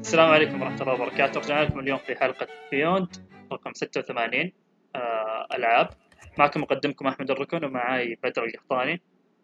السلام عليكم ورحمة الله وبركاته. رجعنا لكم اليوم في حلقة بيوند رقم 86. ألعاب. معكم مقدمكم أحمد الركن ومعاي بدر القحطاني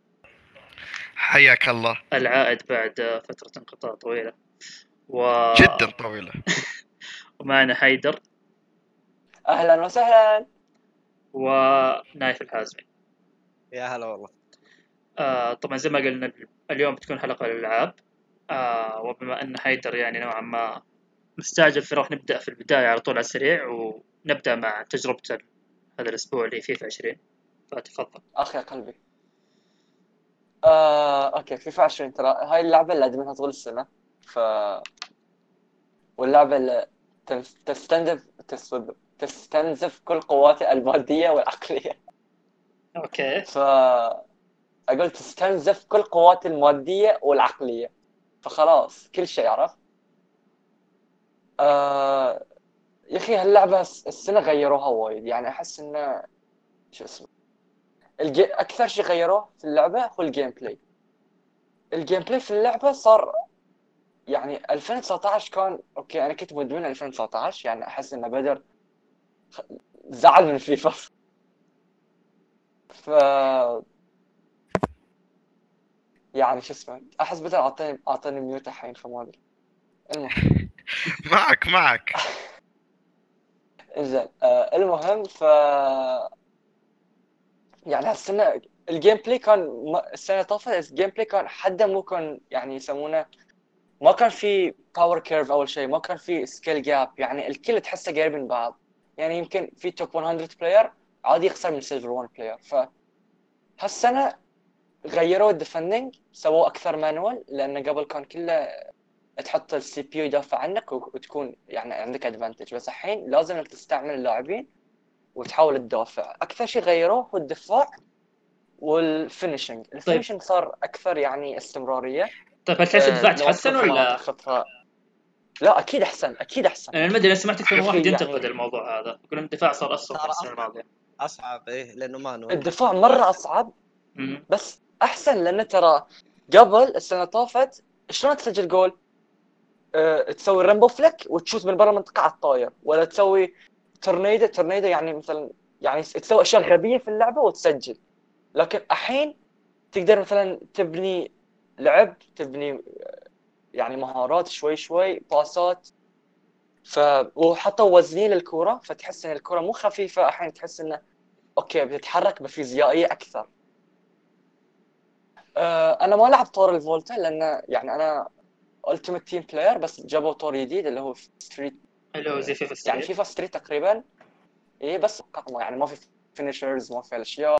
حياك الله. العائد بعد فترة انقطاع طويلة جدا طويلة. ومعنا حيدر اهلا وسهلا. ونايف الحازمي. يا هلا والله. طبعا زي ما قلنا اليوم بتكون حلقة الألعاب. وبما أن حيدر يعني نوعا ما مستعجل فراح نبدأ في البداية على طول على السريع، ونبدأ مع تجربة هذا الأسبوع اللي فيفا 20. فتفضل اخ يا قلبي. اوكي، فيفا 20 ترى هاي اللعبه اللي ادمنها طول السنه. واللعبه اللي تستنزف كل قواتي الماديه والعقليه. أوكي. اقول تستنزف كل قواتي الماديه والعقليه، فخلاص كل شيء عرف. يا اخي هاللعبه السنه غيروها وايد، يعني احس انه شو اسمه اكثر شيء غيروه في اللعبه هو الجيم بلاي. الجيم بلاي في اللعبه صار يعني 2019 كان اوكي، انا كنت مدمن 2019، يعني احس انه بدر زعل من فيفا. ف يعني شو اسمه، احس بدر اعطاني ميوت الحين، فما ادري. المهم معك انزين. المهم يعني هالسنه الجيم بلاي كان السنه طافت الجيم بلاي كان حدا مو كان يعني يسمونه، ما كان في باور كيرف. اول شيء ما كان في سكيل جاب، يعني الكل تحسه قريب من بعض. يعني يمكن في توب 100 بلاير عادي يخسر من سيلفر 1 بلاير. هالسنه غيروا الديفندنج، سووا اكثر مانوال، لان قبل كان كله تحط السي بي يو يدافع عنك وتكون يعني عندك ادفانتج، بس الحين لازم انك تستعمل اللاعبين وتحاول تدافع. اكثر شيء غيروه هو الدفاع والفينيشنج. الفينيشنج صار اكثر يعني استمراريه. طيب هل تحس الدفاع تحسن ولا؟ لا اكيد احسن، اكيد احسن. انا المدري سمعت اكثر من واحد ينتقد يعني الموضوع هذا، يقول ان الدفاع صار اسوء من السنه الماضيه. اصعب لانه ما الدفاع مره اصعب. بس احسن، لان ترى قبل السنه طافت شلون تسجل جول؟ تسوي رامبو فليك وتشوت من برا المنطقه على الطاير، ولا تسوي تورنيدو يعني مثلا، يعني تسوي اشياء غبيه في اللعبه وتسجل. لكن الحين تقدر مثلا تبني لعب، تبني يعني مهارات شوي شوي، باسات. وحطوا وزنين للكرة، فتحس ان الكرة مو خفيفة، الحين تحس انه اوكي بتتحرك بفيزيائية اكثر. انا ما لعب طور الفولتا، لان يعني انا التيمت تيم بلاير، بس جابوا طور جديد اللي هو ستريت، اللي هو زي فيفا ستريت. يعني فيفا ستريت تقريبا. بس يعني ما في فينيشرز، ما في الاشياء.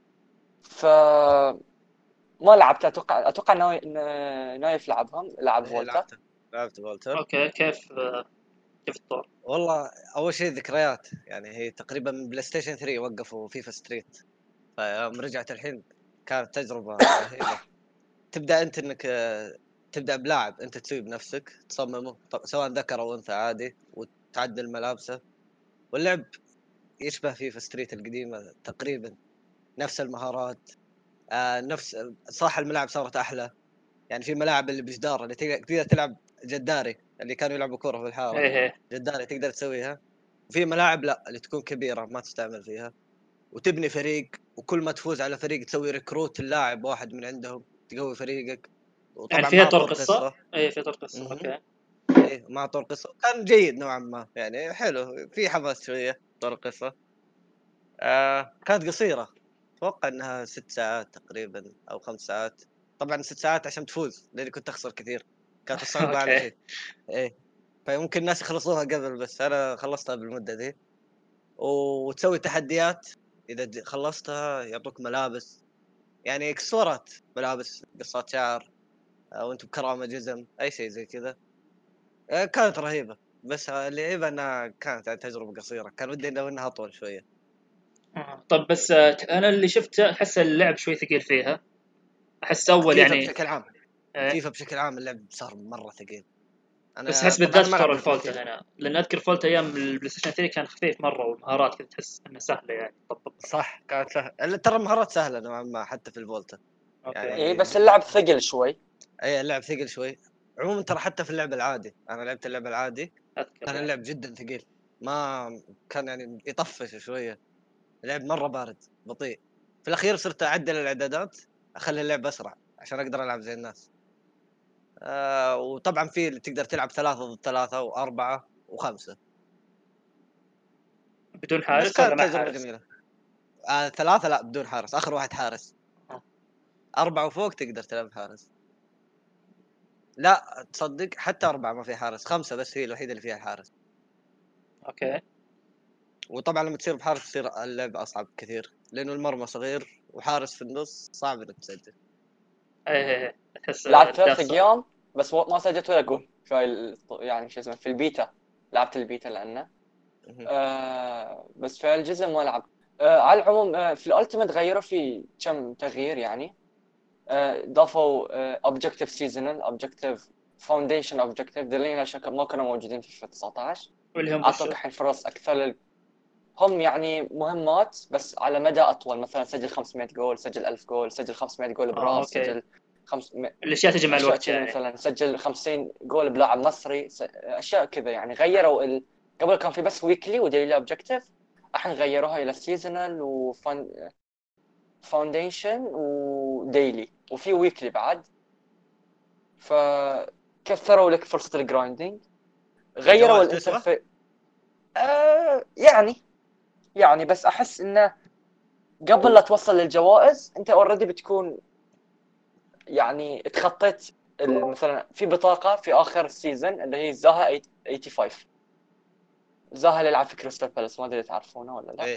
ما لعبت. اتوقع نايف لعب فولتا. لعبت فولتا. اوكي. كيف الطور؟ والله اول شيء ذكريات، يعني هي تقريبا من بلاي ستيشن 3 وقفوا فيفا ستريت، فيوم رجعت الحين كانت تجربه رهيبه. تبدا انت انك تبدا بلاعب انت تسوي بنفسك، تصممه سواء ذكر او انثى عادي، وتعدل ملابسه. واللعب يشبه فيفا ستريت القديمه تقريبا، نفس المهارات. نفس صح، الملاعب صارت احلى. يعني في ملاعب اللي بجدار اللي تقدر تلعب جداري، اللي كانوا يلعبوا كوره في الحاره. إيه. جداري تقدر تسويها. وفي ملاعب لا، اللي تكون كبيره ما تستعمل فيها، وتبني فريق، وكل ما تفوز على فريق تسوي ريكروت اللاعب واحد من عندهم تقوي فريقك. وطبعا يعني فيها طور قصه. اي في طور قصه. اوكي. ايه مع طور قصه كان جيد نوعا ما، يعني حلو، في حماس شويه طور القصه. كانت قصيره، اتوقع انها 6 ساعات تقريبا او 5 ساعات. طبعا 6 ساعات عشان تفوز، لاني كنت اخسر كثير، كانت الصعوبه على شيء. ايه فممكن الناس يخلصوها قبل، بس انا خلصتها بالمده دي. وتسوي تحديات، اذا خلصتها يعطوك ملابس، يعني اكسسوارات، ملابس، قصات شعر، وانت بكرامه جزم، اي شيء زي كذا. كانت رهيبه. بس اللي عيبها انها كانت تجربه قصيره، كان ودي لو انها اطول شويه. طب بس انا اللي شفته احس اللعب شوي ثقيل فيها. احس اول فيفا يعني بشكل عام فيفا بشكل عام اللعب صار مره ثقيل. بس احس بالذات طور الفولتا هنا، لان اذكر فولتا ايام البلاي ستيشن 3 كان خفيف مره، والمهارات كنت تحس انها سهله يعني تطبق. صح، كانت سهله، ترى المهارات سهله نوعا ما حتى في الفولتا. أوكي. يعني بس اللعب ثقل شوي. اي اللعب ثقل شوي. عموما ترى حتى في اللعب العادي انا لعبت اللعب العادي اذكر كان يعني. اللعب جدا ثقيل، ما كان يعني يطفش شويه، اللعب مره بارد بطيء. في الاخير صرت اعدل الاعدادات اخلي اللعب اسرع عشان اقدر العب زي الناس. وطبعا في اللي تقدر تلعب 3 ضد 3 و4 و5. بدون بس حارس ولا كانت مع تجربه حارس؟ جميله. 3 لا بدون حارس، اخر واحد حارس. آه. 4 وفوق تقدر تلعب حارس. لا تصدق حتى 4 ما في حارس، 5 بس هي الوحيده اللي فيها حارس. اوكي. وطبعا لما تصير بحارس تصير اللعب اصعب كثير لانه المرمى صغير وحارس في النص صعب انك تسجل. ايه تحس لعبت 3 الدرس. ايام بس ما سجلت ولا جول في يعني شو اسمه في البيتا. لعبت البيتا لانه بس في الجزء ما لعبت. على العموم في الالتيميت غيروا في كم تغيير يعني. ضافوا اوبجكتيف سيزونال، اوبجكتيف فاونديشن، اوبجكتيف دلين عشان ما كانوا موجودين في فيفا 19. واللي هم اعطوك وشو؟ الحين فرص اكثر هم يعني مهمات بس على مدى اطول، مثلا سجل 500 جول، سجل 1000 جول، سجل 500 جول براف، اوكي. سجل 500 الاشياء تجي مع اشياء الوقت كذا، يعني. مثلا سجل 50 جول بلاعب مصري، اشياء كذا يعني. غيروا قبل كان في بس ويكلي وديلي اوبجكتيف، الحين غيروها الى سيزونال فاونديشن وديلي، وفي ويكلي بعد. فكثروا لك فرصة الجرايندينج، غيروا الجوائز تسوى؟ الانترفيس. يعني بس احس انه قبل لا توصل للجوائز انت اوريدي بتكون يعني تخطيت مثلا في بطاقة في اخر السيزون اللي هي زاها 85. زاها اللي يلعب في كريستال بالاس، ما ادري تعرفونه ولا لا. ايه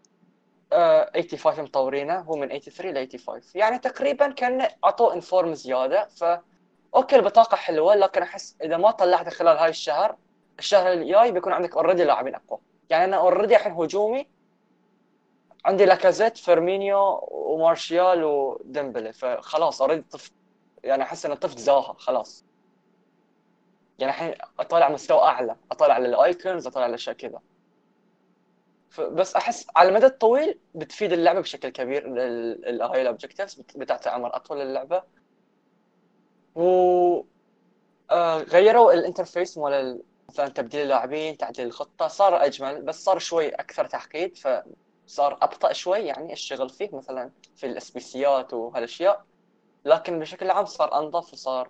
85 مطورينه، هو من 83 ل 85 يعني تقريبا كان عطوه انفورم زياده. اوكي البطاقه حلوه، لكن احس اذا ما طلعتها خلال هاي الشهر الجاي بيكون عندك اوريدي لاعبين اقوى. يعني انا اوريدي الحين هجومي عندي لاكازيت، فيرمينيو ومارشيال وديمبلي، فخلاص اوريدي طفت. يعني احس ان طفت زاها خلاص. يعني الحين اطالع مستوى اعلى، اطالع على الايكونز، اطالع على الاشياء كذا. بس احس على المدى الطويل بتفيد اللعبه بشكل كبير. هاي الاوبجكتيفز بتعطي عمر اطول للعبه. و غيروا الانترفيس مال مثلا تبديل اللاعبين، تعديل الخطه، صار اجمل بس صار شوي اكثر تعقيد، فصار ابطا شوي يعني الشغل فيه مثلا في الاسبيسيات وهالاشياء. لكن بشكل عام صار انظف وصار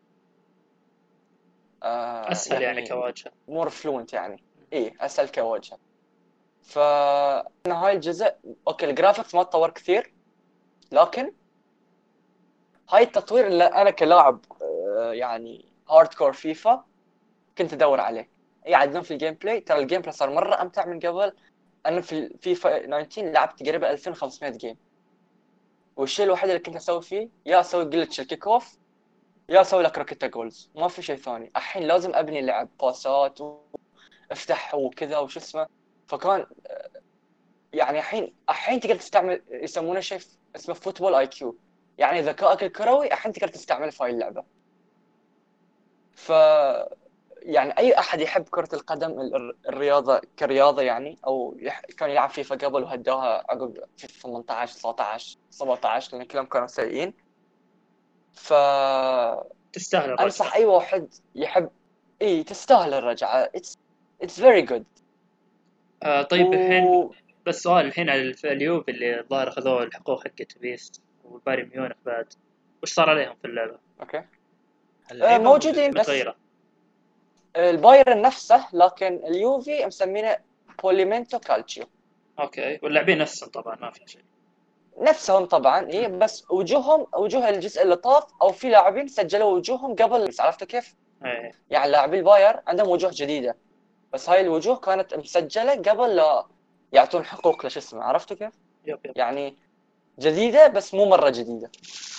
اسهل يعني كواجهه. مور فلوينت يعني. ايه اسهل كواجهه. فانا هاي الجزء اوكي الجرافيكس ما تطور كثير، لكن هاي التطوير اللي انا كلاعب يعني هارد كور فيفا كنت ادور عليه. يعدلون في الجيم بلاي، ترى الجيم بلاي صار مره امتع من قبل. انا في فيفا 19 لعبت تقريبا 2500 جيم، والشيء الوحيد اللي كنت اسوي فيه يا اسوي جلتش الكيك اوف يا اسوي لك روكيتا جولز، ما في شيء ثاني. الحين لازم ابني لعب باسات وافتح وكذا وش اسمه. فكان يعني الحين تقدر تستعمل يسمونه شيء اسمه فوتبول اي كيو، يعني ذكائك الكروي الحين تقدر تستعمله في هاي اللعبه. ف يعني اي احد يحب كره القدم الرياضه كرياضه يعني، او كان يلعب فيفا قبل وهداها عقب في 18 19 17 لان كلهم كانوا سيئين. ف تستاهل الرجعه. انصح اي واحد يحب. تستاهل الرجعه. اتس فيري جود. طيب الحين بس سؤال الحين على اليوب اللي الظاهر اخذوه الحقوق حقت بيست والبايرن ميونخ بعد، وش صار عليهم في اللعبه؟ اوكي اللعيبة موجودين بس متغيره. البايرن نفسه، لكن اليوفي مسمينه بوليمنتو كالتشيو. اوكي واللاعبين نفسهم طبعا ما في شيء. نفسهم طبعا بس وجوه الجزء اللي طاف، او في لاعبين سجلوا وجوههم قبل. عرفتوا كيف؟ ايه يعني لاعبي الباير عندهم وجوه جديده، بس هاي الوجوه كانت مسجله قبل لا يعطون حقوق لش اسمه. عرفتوا كيف؟ يب. يعني جديده بس مو مره جديده.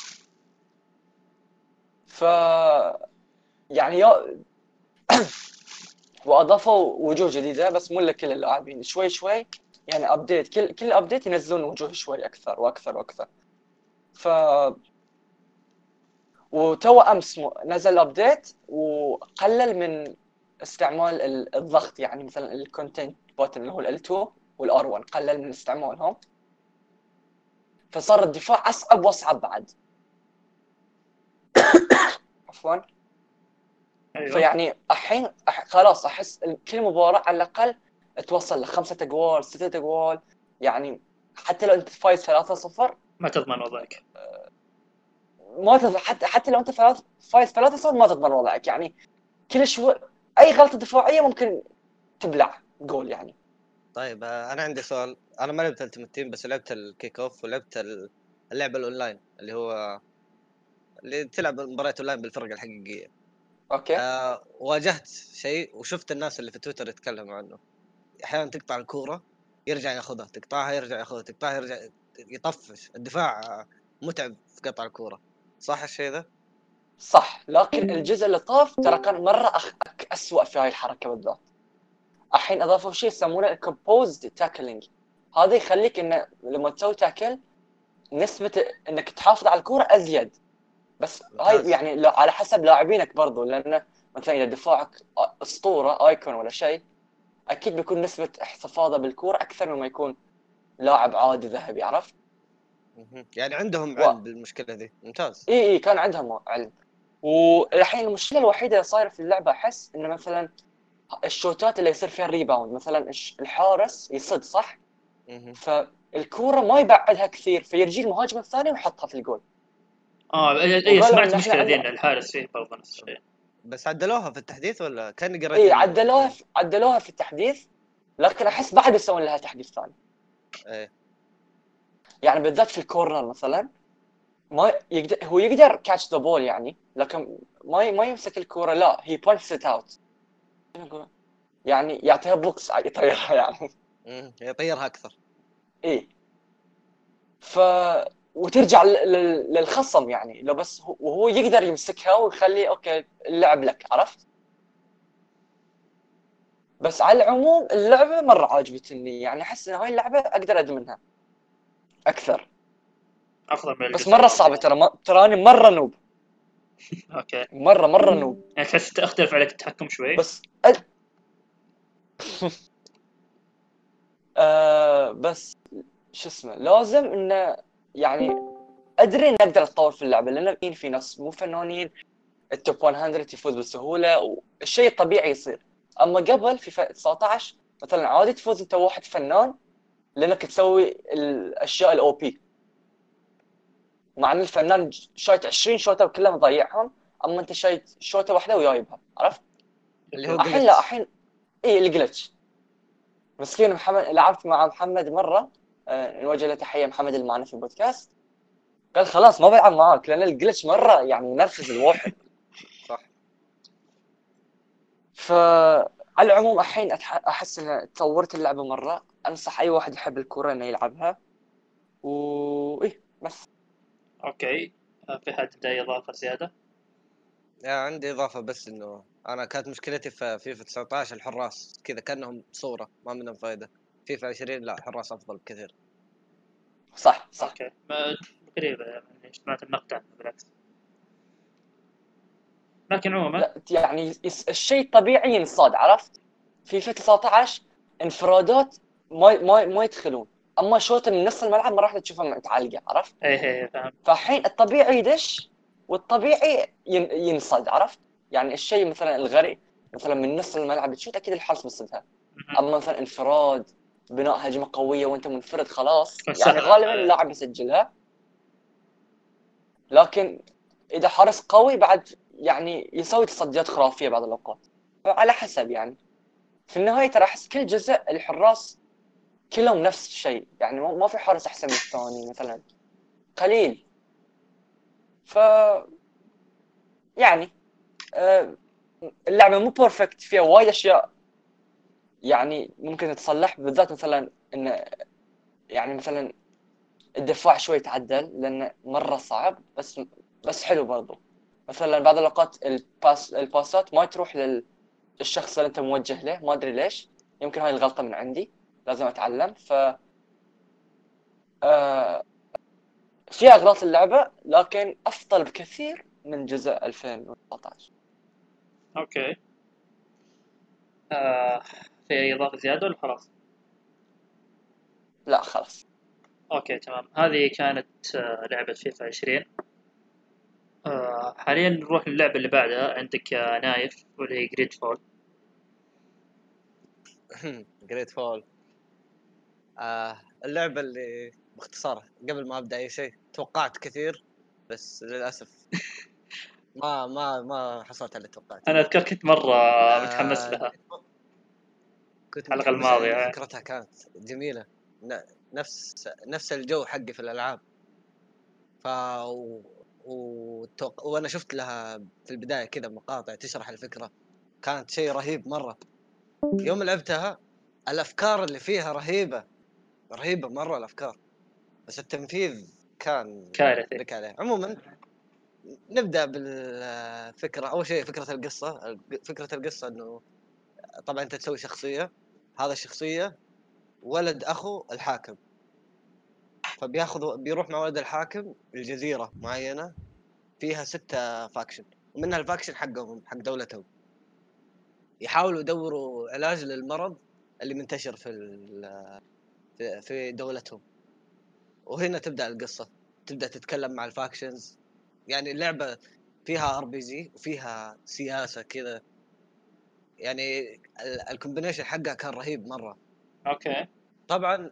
ف يعني واضافوا وجوه جديده بس مو لكل اللاعبين، شوي شوي يعني ابديت. كل ابديت ينزلون وجوه شوي اكثر واكثر واكثر. ف وتو امس نزل ابديت وقلل من استعمال الضغط، يعني مثلا الكونتنت بوت اللي هو ال2 والR1 قلل من استعمالهم، فصار الدفاع اصعب واصعب بعد. عفوا. ايوه فيعني الحين خلاص احس كل مباراه على الاقل توصل ل5 اجوال 6 اجوال، يعني حتى لو انت فايز 3-0 ما تضمن وضعك. ما تضمن، حتى لو انت فايز 3-0 ما تضمن وضعك، يعني كل شوي اي غلطه دفاعيه ممكن تبلع جول يعني. طيب انا عندي سؤال. انا ما لعبت التيمت تيم، بس لعبت الكيك اوف ولعبت اللعبه الاونلاين اللي هو اللي تلعب مباريات اونلاين بالفرق الحقيقيه. اوكي. واجهت شيء وشفت الناس اللي في تويتر يتكلموا عنه. احيانا تقطع الكوره يرجع ياخذها، تقطعها يرجع ياخذها، تقطعها يرجع يطفش. الدفاع متعب في قطع الكوره، صح الشيء ذا؟ صح، لكن الجزء اللي طاف ترى كان مره اسوأ في هاي الحركه بالذات. الحين اضافوا شيء يسمونه الكومبوزد تاكلينج. هذا يخليك انه لما تسوي تاكل نسبه انك تحافظ على الكوره ازيد، بس هاي ممتاز. يعني على حسب لاعبينك برضو، لان مثلا اذا دفاعك اسطوره ايكون ولا شيء اكيد بيكون نسبه احتفاظه بالكوره اكثر مما يكون لاعب عادي ذهبي، عرفت؟ يعني عندهم و... علم بالمشكله دي. ممتاز. اي كان عندهم علم. والحين المشكله الوحيده اللي صايره في اللعبه احس انه مثلا الشوتات اللي يصير فيها الريباوند، مثلا الحارس يصد صح، فالكوره ما يبعدها كثير فيرجي المهاجم الثاني ويحطها في الجول. اي وقالوا سمعت ان احنا المشكله ذي ان عندنا الحارس فيه برضه نفس الشيء. بس عدلوها في التحديث ولا كاني قريت اي انه عدلوها في التحديث، لكن احس بعد يسوون لها تحديث ثاني. ايه. يعني بالذات في الكورنر مثلا ما يقدر، هو يقدر كاتش ذا بول يعني، لكن ما يمسك الكوره، لا هي بانش ات اوت، يعني يعطيها بوكس يطيرها يعني. يطيرها اكثر. ايه ف وترجع للخصم يعني، لو بس وهو يقدر يمسكها ويخلي اوكي اللعب لك، عرفت؟ بس على العموم اللعبه مره عاجبتني، يعني احس ان هاي اللعبه اقدر ادمنها اكثر، افضل من بس الجزء مره الماضي صعبه يعني. تراني مره نوب، اوكي، مره نوب. يعني تحس تختلف عليك التحكم شوي. بس بس شو اسمه لازم انه يعني ادري ان اقدر اتطور في اللعبه، لان في ناس مو فنانين التوب 100 يفوز بسهوله والشيء الطبيعي يصير. اما قبل في 19 مثلا عادي تفوز انت واحد فنان لانك تسوي الاشياء الاو بي، مع ان الفنان شايت 20 شوطه وكلها مضيعهم، اما انت شايت شوطه واحده وجايبها، عرفت؟ اللي هو الحين لا، جلتش. الحين ايه الجلتش. مسكين محمد، لعبت مع محمد مره، نوجه له تحيه محمد اللي معنا في البودكاست، قال خلاص ما بلعب معاك لان الجلتش مره يعني ينرفز الواحد. صح. فعلى العموم الحين احس ان طورت اللعبه مره، انصح اي واحد يحب الكوره انه يلعبها. وايه بس. اوكي، في حد عنده اي اضافه زياده؟ عندي اضافه، بس انه انا كانت مشكلتي في فيفا 19 الحراس كذا كانهم صوره ما منهم فائده. فيفا 20 لا، حراس افضل بكثير. صح. اوكي، قريبه يعني، سمعت النقد عنه بالعكس، لكن عموما. لا يعني الشيء الطبيعي ينصاد، عرفت؟ في 19 انفرادات ما يدخلون، اما شوطه من نص الملعب ما راح تشوفها متعلقه، عرفت؟ ايه فاهم. فالحين الطبيعي يدش والطبيعي ينصد، عرفت؟ يعني الشيء مثلا الغريب مثلا من نص الملعب تشوت اكيد الحارس بيصدها، اما مثلا انفراد بناء هجمه قويه وانت منفرد خلاص كنت يعني سهله غالبا اللاعب يسجلها، لكن اذا حارس قوي بعد يعني يسوي تصديات خرافيه بعض الاوقات، فعلى حسب يعني. في النهايه ترى احس كل جزء الحراس كلهم نفس الشيء، يعني ما في حارس احسن من الثاني مثلا، قليل. ف يعني اللعبه مو بيرفكت، فيها وايد اشياء يعني ممكن تتصلح، بالذات مثلا ان يعني مثلا الدفاع شوي تعدل لانه مره صعب، بس حلو برضو. مثلا بعض الاوقات الباسات ما تروح للشخص اللي انت موجه له، ما ادري ليش، يمكن هاي الغلطه من عندي لازم اتعلم. ف فيها اغلاط اللعبه لكن افضل بكثير من جزء 2019. اوكي. في اي اضافه زياده ولا خلاص؟ لا خلاص. اوكي تمام، هذه كانت لعبه فيفا 20. حاليا نروح للعبة اللي بعدها. عندك يا نايف واللي هي جريد فول. جريت فول. اللعبة اللي باختصار قبل ما ابدا اي شيء توقعت كثير، بس للاسف ما حصلت على اللي توقعته. أنا أذكر كنت مرة متحمس آه، لها كنت الحلقة متحمس لأن الماضية. فكرتها كانت جميلة، نفس الجو حقي في الألعاب. ف وأنا شفت لها في البداية كذا مقاطع تشرح الفكرة، كانت شيء رهيب مرة. يوم لعبتها الأفكار اللي فيها رهيبة مرة الأفكار، بس التنفيذ كان كارثي. لك عليه. عموما نبدأ بالفكرة. أول شيء فكرة القصة إنه طبعا أنت تسوي شخصية، هذا الشخصية ولد أخو الحاكم، بيروح مع ولد الحاكم الجزيرة معينة فيها 6 فاكشن، ومنها الفاكشن حقهم حق دولتهم، يحاولوا يدوروا علاج للمرض اللي منتشر في دولتهم. وهنا تبدأ القصة، تبدأ تتكلم مع الفاكشنز. يعني اللعبة فيها RPG وفيها سياسة كذا، يعني الكومبينيشن حقها كان رهيب مرة. أوكي. طبعا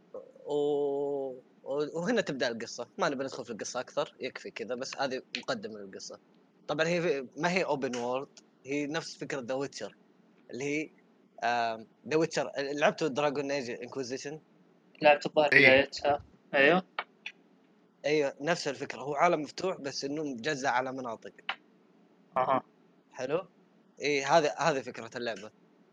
وهنا تبدا القصه. ما نبي ندخل في القصه اكثر، يكفي كذا بس. هذه مقدمه للقصه. طبعا هي ما هي اوبن وورلد، هي نفس فكره ذا ويتشر، اللي هي ذا ويتشر. لعبتوا دراجون ايج انكويزيشن؟ لعبة الظاهر إيه. بدايتها. أيوه. ايوه نفس الفكره، هو عالم مفتوح بس انه مجزع على مناطق. أها. حلو. هذه فكره اللعبه.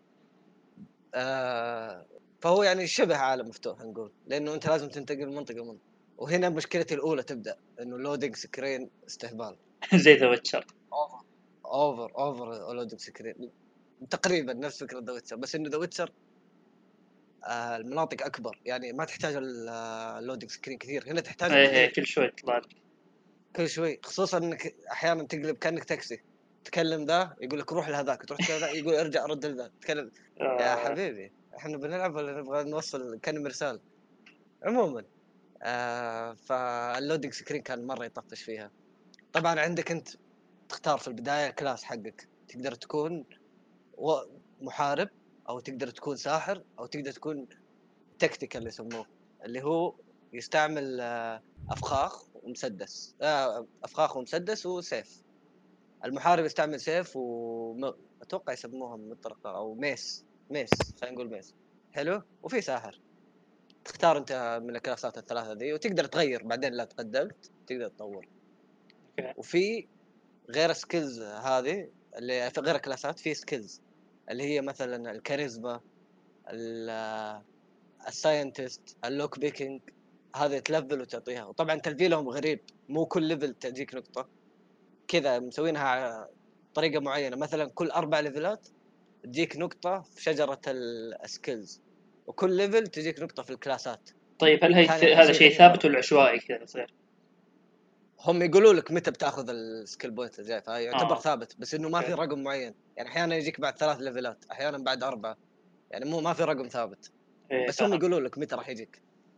فهو يعني شبه عالم مفتوح نقول، لانه انت لازم تنتقل من منطقه. وهنا مشكلتي الاولى تبدا انه لودينج سكرين استهبال. زي ذا ويتشر. اوفر لودينج سكرين، تقريبا نفس فكره ذا ويتشر، بس انه ذا ويتشر المناطق اكبر، يعني ما تحتاج اللودينج سكرين كثير. هنا تحتاجهم إيه كثير كل شوي تطلع لك. كل شوي، خصوصا انك احيانا تقلب كانك تاكسي، تكلم ذا يقول لك روح لهذاك، تروح تكلم ذا يقول ارجع رد لذا، تكلم. يا آه. حبيبي احنا بنلعب ولا نبغى نوصل كان مرسال؟ عموما فاللودينج سكرين كان مره يطفش فيها. طبعا عندك انت تختار في البدايه الكلاس حقك، تقدر تكون محارب، او تقدر تكون ساحر، او تقدر تكون تكتيكال يسموه، اللي هو يستعمل افخاخ ومسدس. افخاخ ومسدس وسيف. المحارب يستعمل سيف اتوقع يسموها مطرقه او ميس خلينا نقول ميس. حلو. وفي ساحر. تختار انت من الكلاسات الثلاثه ذي، وتقدر تغير بعدين لا تقدمت تقدر تطور. أوكي. وفي غير سكيلز هذه اللي في غير الكلاسات، في سكيلز اللي هي مثلا الكاريزما، الساينتست، اللوك بيكينج. هذه تلفل وتعطيها. وطبعا تلفيلهم غريب، مو كل ليفل تجيك نقطه كذا، مسوينها طريقه معينه. مثلا كل 4 ليفلات تجيك نقطه في شجره السكيلز، وكل ليفل تجيك نقطه في الكلاسات. طيب هل كان يعني هذا شيء شيء غريب ثابت مره. ولا عشوائي كذا يصير؟ هم يقولوا لك متى بتاخذ السكيل بوينت الجاي، فيعتبر آه. ثابت، بس انه ما في أوكي. رقم معين. يعني احيانا يجيك بعد 3 ليفلات، احيانا بعد 4، يعني مو ما في رقم ثابت، إيه بس هم فاهم. يقولوا لك متى راح يجيك.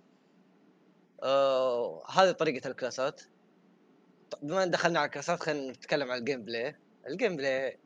هذه طريقه الكلاسات. بما ان دخلنا على الكلاسات، خلينا نتكلم عن الجيم بلاي. الجيم بلاي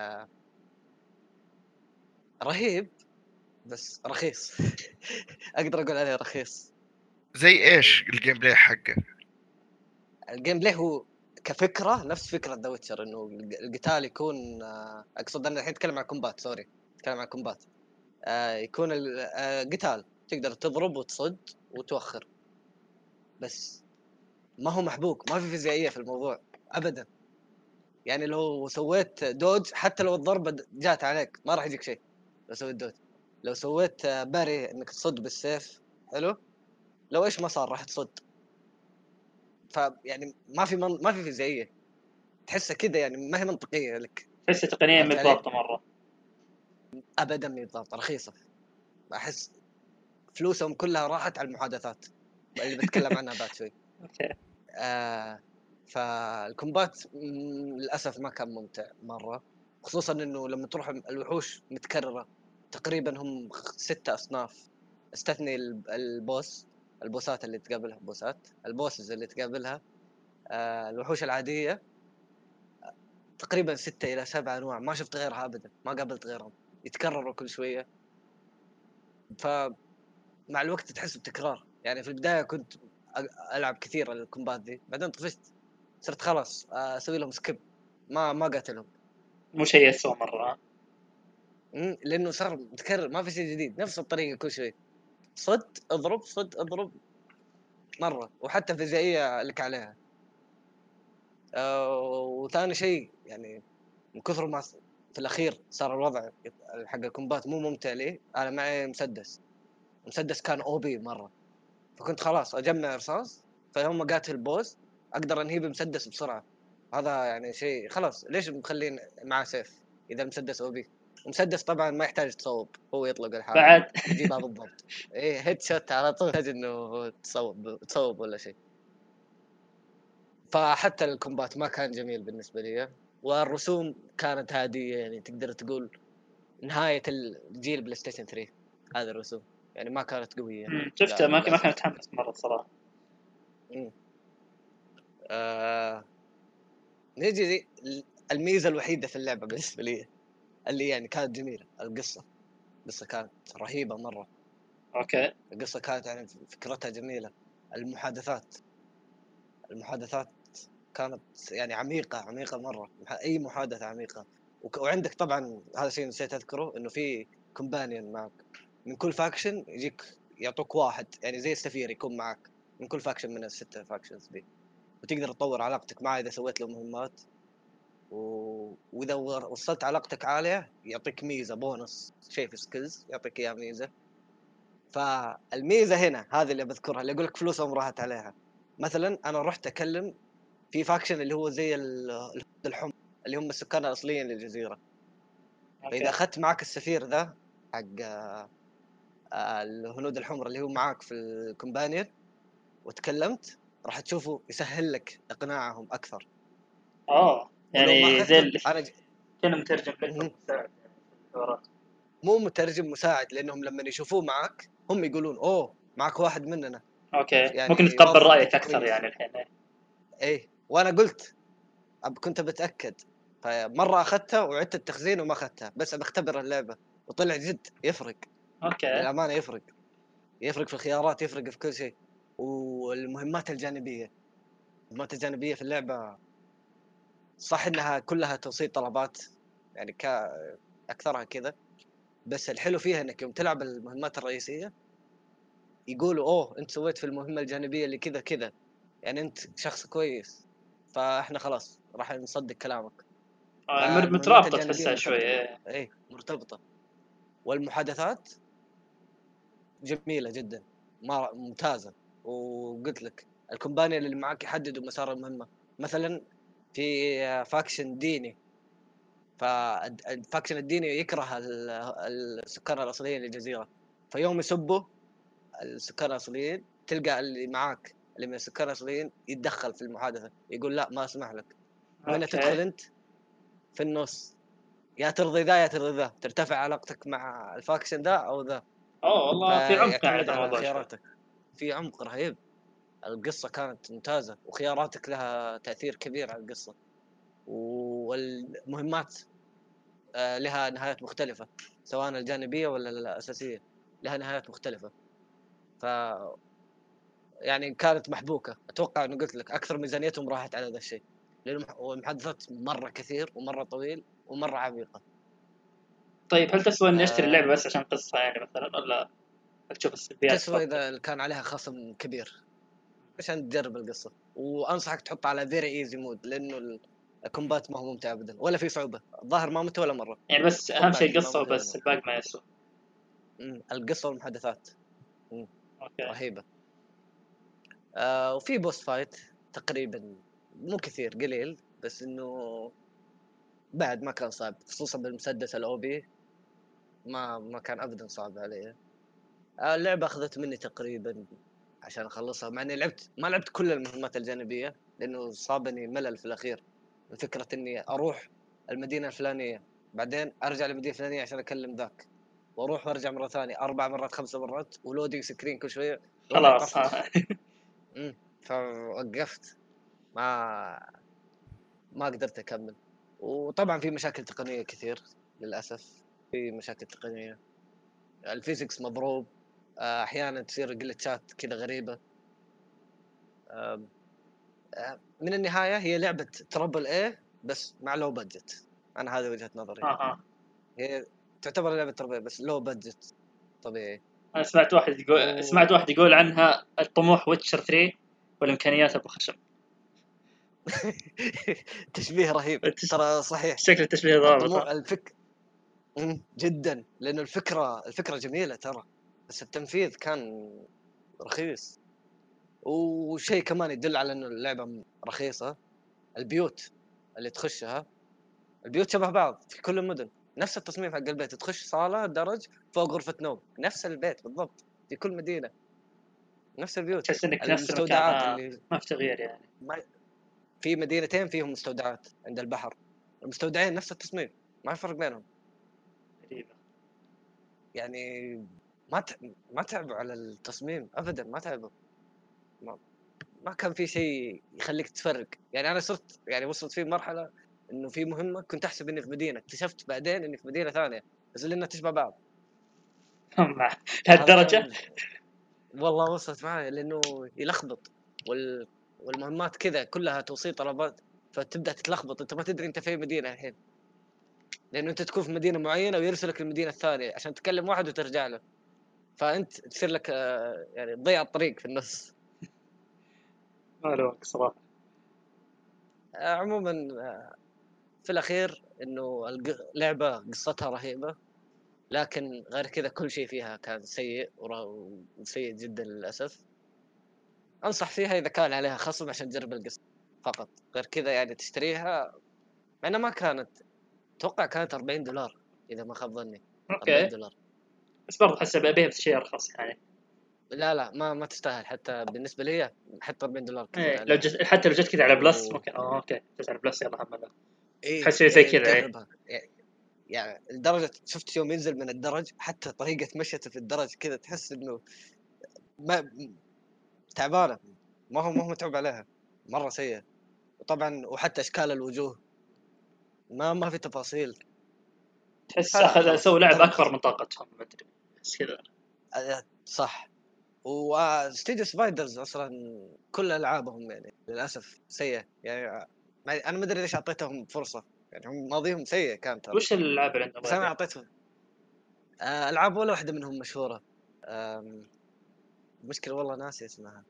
رهيب بس رخيص. اقدر اقول عليه رخيص. زي ايش الجيم بلاي حقه؟ الجيم بلاي هو كفكره نفس فكره ذا ويتشر، انه القتال يكون اقصد انا الحين اتكلم عن كومبات، سوري اتكلم عن كومبات. يكون القتال تقدر تضرب وتصد وتوخر، بس ما هو محبوك، ما في فيزيائيه في الموضوع ابدا. يعني لو سويت دوج، حتى لو الضربه جات عليك ما راح يجيك شيء لو سويت دوج. لو سويت باري انك تصد بالسيف، حلو، لو ايش ما صار راح تصد. فيعني ما في فيزيائيه، تحسها كذا يعني ما هي منطقيه لك. تحسها تقنيا فهمت علي؟ متضابطة مرة. ابدا ما بالضبط، رخيصه. احس فلوسهم كلها راحت على المحادثات اللي بتكلم عنها بعد شوي. أوكي. فالكومبات للاسف ما كان ممتع مره، خصوصا انه لما تروح الوحوش متكرره. تقريبا هم 6 اصناف، استثني البوسات اللي تقابلها، البوسز اللي تقابلها. الوحوش العاديه تقريبا 6 إلى 7 أنواع، ما شفت غيرها أبدا، ما قابلت غيرهم، يتكرروا كل شوية. فمع الوقت تحس بتكرار. يعني في البداية كنت ألعب كثير الكومبات ذي، بعدين طفشت، صرت خلاص أسوي لهم سكيب، ما قاتلهم. مو شيء يسوى مرة. لأنه صار متكرر، ما في شيء جديد، نفس الطريقة كل شوي، صد اضرب صد اضرب مرة، وحتى فيزيائية لك عليها. وثاني شيء يعني من كثر ما في الأخير صار الوضع حق الكومبات مو ممتع لي. أنا معي مسدس كان OP مرة، فكنت خلاص أجمع رصاص، فيوم ما قاتل البوس أقدر أنهيه بمسدس بسرعة. هذا يعني شيء خلاص، ليش مخلين معاه سيف إذا المسدس OP؟ ومسدس طبعا ما يحتاج تصوب، هو يطلق الحالة بعد يجيبها بالضبط. إيه هيد شوت على طول، يحتاج إنه تصوب ولا شيء. فحتى الكومبات ما كان جميل بالنسبة لي، والرسوم كانت هادية، يعني تقدر تقول نهاية الجيل بلاي ستيشن 3 هذه الرسوم، يعني ما كانت قوية. شفته لا ما كان للأسف. متحمس مرة صراحة. مم. نجي الميزة الوحيدة في اللعبة بالنسبة لي اللي يعني كانت جميلة، القصة كانت رهيبة مرة. اوكي. القصة كانت يعني فكرتها جميلة. المحادثات كانت يعني عميقة مرة، أي محادثة عميقة. وعندك طبعا هذا شيء نسيت أذكره، إنه في كومبانيون معك من كل فاكشن، يجيك يعطوك واحد يعني زي السفير يكون معك من كل فاكشن من ال6 فاكشنز دي، وتقدر تطور علاقتك معه إذا سويت له مهمات. وإذا وصلت علاقتك عالية يعطيك ميزة بونص شيء في سكيلز، يعطيك إياه ميزة. فالميزة هنا هذه اللي بذكرها، اللي أقول لك فلوسهم راحت عليها. مثلا أنا رحت أكلم في فاكشن اللي هو زي الهنود الحمر، اللي هم السكان الأصليين للجزيرة. فإذا اوكي. أخذت معك السفير ذا حق الهنود الحمر اللي هو معاك في الكومبانيون وتكلمت، راح تشوفه يسهل لك إقناعهم أكثر. ولو ما يعني زي أخذته اللي كان مترجم لك مهم. مساعد يعني في الحوارات. مو مترجم مساعد، لأنهم لما يشوفوه معك هم يقولون أوه معك واحد مننا، اوكي، ممكن يعني يتقبل واضح رأيك إنك اكثر كويس. يعني الحين. إيه وأنا قلت كنت بتأكد، فمرة أخذتها وعدت التخزين وما أخذتها، بس بختبر اللعبة وطلع جد يفرق. اوكي. للأمانة يفرق في الخيارات، يفرق في كل شيء. والمهمات الجانبية في اللعبة صح إنها كلها توصيل طلبات، يعني أكثرها كذا، بس الحلو فيها إنك يوم تلعب المهمات الرئيسية يقولوا أوه أنت سويت في المهمة الجانبية اللي كذا كذا، يعني أنت شخص كويس، فإحنا خلاص راح نصدق كلامك. فالمهمات مترابطة الجانبية تحسها شوي. مرتبطة. إيه مرتبطة. والمحادثات جميلة جدا، ممتازة. وقلت لك الكومبانيون اللي معك يحددوا مسار المهمة. مثلا في فاكشن ديني، فالفاكشن الديني يكره السكان الأصليين للجزيرة، فيوم يسبوا السكان الأصليين تلقى اللي معاك اللي من السكان الأصليين يتدخل في المحادثة، يقول لا ما أسمح لك. وهنا تدخل اوكي. أنت في النص، يا ترضي ذا يا ترضي ذا، ترتفع علاقتك مع الفاكشن ذا أو ذا، والله في عمق يعني فيعتمد في على الموضوع شوي. خياراتك. في عمق رهيب. القصة كانت ممتازة، وخياراتك لها تأثير كبير على القصة. والمهمات لها نهايات مختلفة، سواء الجانبية ولا الأساسية لها نهايات مختلفة. ف يعني كانت محبوكة. أتوقع أنه قلت لك أكثر ميزانيتهم راحت على هذا الشيء، لأنه المحادثات مرة كثير ومرة طويل ومرة عميقة. طيب هل تسوى اني اشتري اللعبة أه بس عشان قصة يعني مثلا، ولا تشوف السلبيات تسوى فقط؟ إذا كان عليها خصم كبير عشان تجرب القصة، وأنصحك تحط على فيري ايزي مود، لأنه الكومبات ما هو ممتع أبدا ولا في صعوبة، الظاهر ما مت ولا مرة. يعني بس اهم أتوقع شيء إني ما القصة مت ولا وبس، مرة. الباقي ما يسوى. القصة والمحادثات اوكي. رهيبة. وفي بوس فايت تقريبا مو كثير، قليل، بس إنه بعد ما كان صعب، خصوصا بالمسدس الأوبي ما كان أبدا صعب علي. اللعبة أخذت مني تقريبا عشان أخلصها، مع إني ما لعبت كل المهمات الجانبية، لأنه صابني ملل في الأخير من فكرة إني أروح المدينة الفلانية بعدين أرجع للمدينة الفلانية عشان أكلم ذاك، وأروح وأرجع مرة ثانية 4 مرات 5 مرات، ولودينج سكرين كل شوية، الوضع خلاص. يطفش. فوقفت، ما قدرت أكمل. وطبعا في مشاكل تقنيه كثير للاسف. في مشاكل تقنيه، الفيزيكس مضروب، احيانا تصير جلتشات كذا غريبه. من النهايه هي لعبه تربل اي بس مع لو بادجت. انا هذه وجهه نظري. هي تعتبر لعبه تربل بس لو بادجت طبيعي. انا سمعت واحد يقول عنها الطموح ويتشر 3 والامكانيات ابو خشب. تشبيه رهيب ترى، صحيح. شكل التشبيه ضابط. جدا، لانه الفكره جميله ترى، بس التنفيذ كان رخيص. وشيء كمان يدل على انه اللعبه رخيصه، البيوت اللي تخشها، البيوت شبه بعض في كل المدن، نفس التصميم حق البيت. تخش صاله درج فوق غرفه نوم، نفس البيت بالضبط في كل مدينه، نفس البيوت. تحس انك نفس المستودعات المكان اللي ما في تغيير يعني. في مدينتين فيهم مستودعات عند البحر، المستودعين نفس التصميم، ما في فرق بينهم. غريبة. يعني ما تعبوا على التصميم ابدا، ما تعبوا. ما كان في شيء يخليك تفرق. يعني انا صرت يعني وصلت في مرحله انه في مهمه كنت احسب اني في مدينه، اكتشفت بعدين اني في مدينه ثانيه، بس لانها تشبه بعض. لهالدرجة؟ والله وصلت معي لانه يلخبط. والمهمات كذا كلها توصيل طلبات، فتبدا تتلخبط، انت ما تدري انت في مدينه الحين، لانه انت تكون في مدينه معينه ويرسلك المدينه الثانيه عشان تكلم واحد وترجع له، فانت تصير لك يعني تضيع الطريق في النص. ما له صراحة. عموما في الاخير انه لعبه قصتها رهيبه، لكن غير كذا كل شيء فيها كان سيء وسيء جدا للاسف. انصح فيها اذا كان عليها خصم عشان تجرب القصه فقط، غير كذا يعني تشتريها. مع انها ما كانت، اتوقع كانت $40 اذا ما خاب ظني. اوكي $40 بس برضه حسب ابيها بشيء ارخص يعني. لا ما تستاهل حتى بالنسبه لي. حتى $40 كثير ايه عليها. حتى لو جت كذا على بلس ممكن. اوكي جت على بلس يلا هم. ايه حس زي كذا. ايه جربها يعني لدرجه شفت يوم ينزل من الدرج، حتى طريقه مشيته في الدرج كذا تحس انه ما تعبانه، ما هو متعب عليها، مره سيئه. وطبعا وحتى اشكال الوجوه ما في تفاصيل، تحس سووا لعبة اكبر من طاقتهم ما ادري بس كذا. صح. وستيديو سبايدرز اصلا كل العابهم يعني للاسف سيئه. يعني انا ما ادري ليش اعطيتهم فرصه، يعني هم ماضيهم سيء كان ترى. وش الالعاب اللي عندهم؟ بس انا اعطيتهم العاب ولا واحده منهم مشهوره. مشكله والله ناسي اسمها.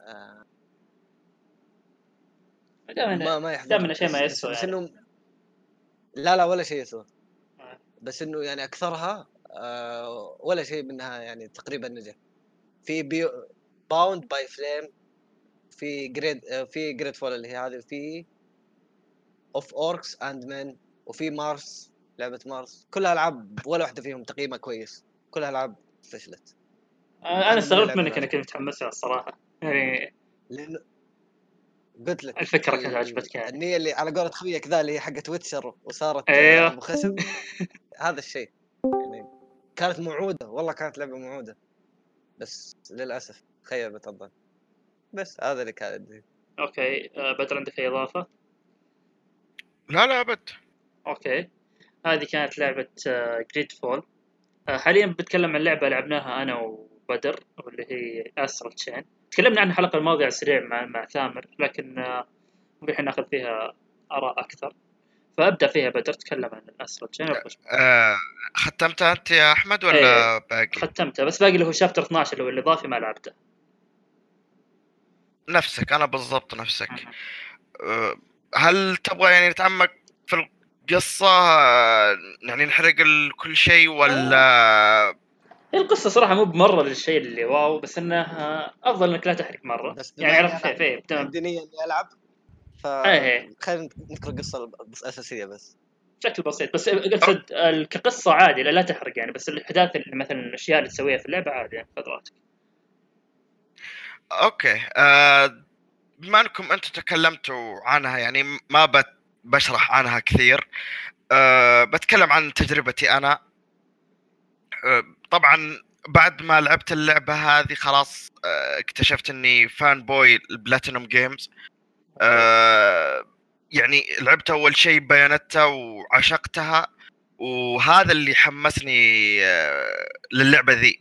ما يحضرني شيء ما يسوى بس يعني. انه لا ولا شيء يسوى. بس انه يعني اكثرها ولا شيء منها يعني تقريبا نجح. في باوند باي فليم، في جريد فول اللي هي هذه، في اوف اوركس اند مان، وفي مارس، لعبه مارس. كلها العاب ولا واحده فيهم تقييمها كويس، كلها العاب فشلت. انا استغربت منك انك متحمس لها الصراحه يعني، لانه قلت لك الفكره كانت عجبتك يعني. النية اللي على قولة خويك ذا اللي هي حقت ويتشر وصارت أيوه. ابو خشب. هذا الشيء يعني كانت موعوده، والله كانت لعبه موعوده، بس للاسف خيبت الظن. بس هذا اللي كان عندي. اوكي بدر عندك اي اضافه؟ لا ابد. اوكي هذه كانت لعبه جريد فول. حاليا بتكلم عن لعبه لعبناها انا وبدر واللي هي استرال تشين. تكلمنا عنها الحلقه الماضيه على السريع مع ثامر، لكن الحين ناخذ فيها اراء اكثر. فابدا فيها بدر، تكلم عن استرال تشين. ختمتها انت يا احمد ولا باقي؟ ختمتها بس باقي اللي هو شابتر 12 اللي هو الاضافي ما لعبته. نفسك انا بالضبط نفسك. هل تبغى يعني نتعمق في القصة، يعني نحرق كل شيء ولا؟ القصة صراحة مو بمرة للشيء اللي واو، بس انها افضل انك لا تحرق مرة. بس يعني عرفت فيه تمام. عندي نية اني العب، ايه خلينا نذكر القصة الاساسية بس بشكل بسيط. بس قلت كقصة عادي لا تحرق يعني، بس الاحداث اللي مثلا الاشياء اللي تسويها في اللعبة عادي يعني خذ اوكي. بما انكم انتم تكلمتوا عنها يعني ما بشرح عنها كثير. بتكلم عن تجربتي انا. طبعا بعد ما لعبت اللعبة هذه خلاص اكتشفت اني فان بوي البلاتينوم جيمز. يعني لعبت اول شيء بايونيتا وعشقتها، وهذا اللي حمسني للعبه ذي.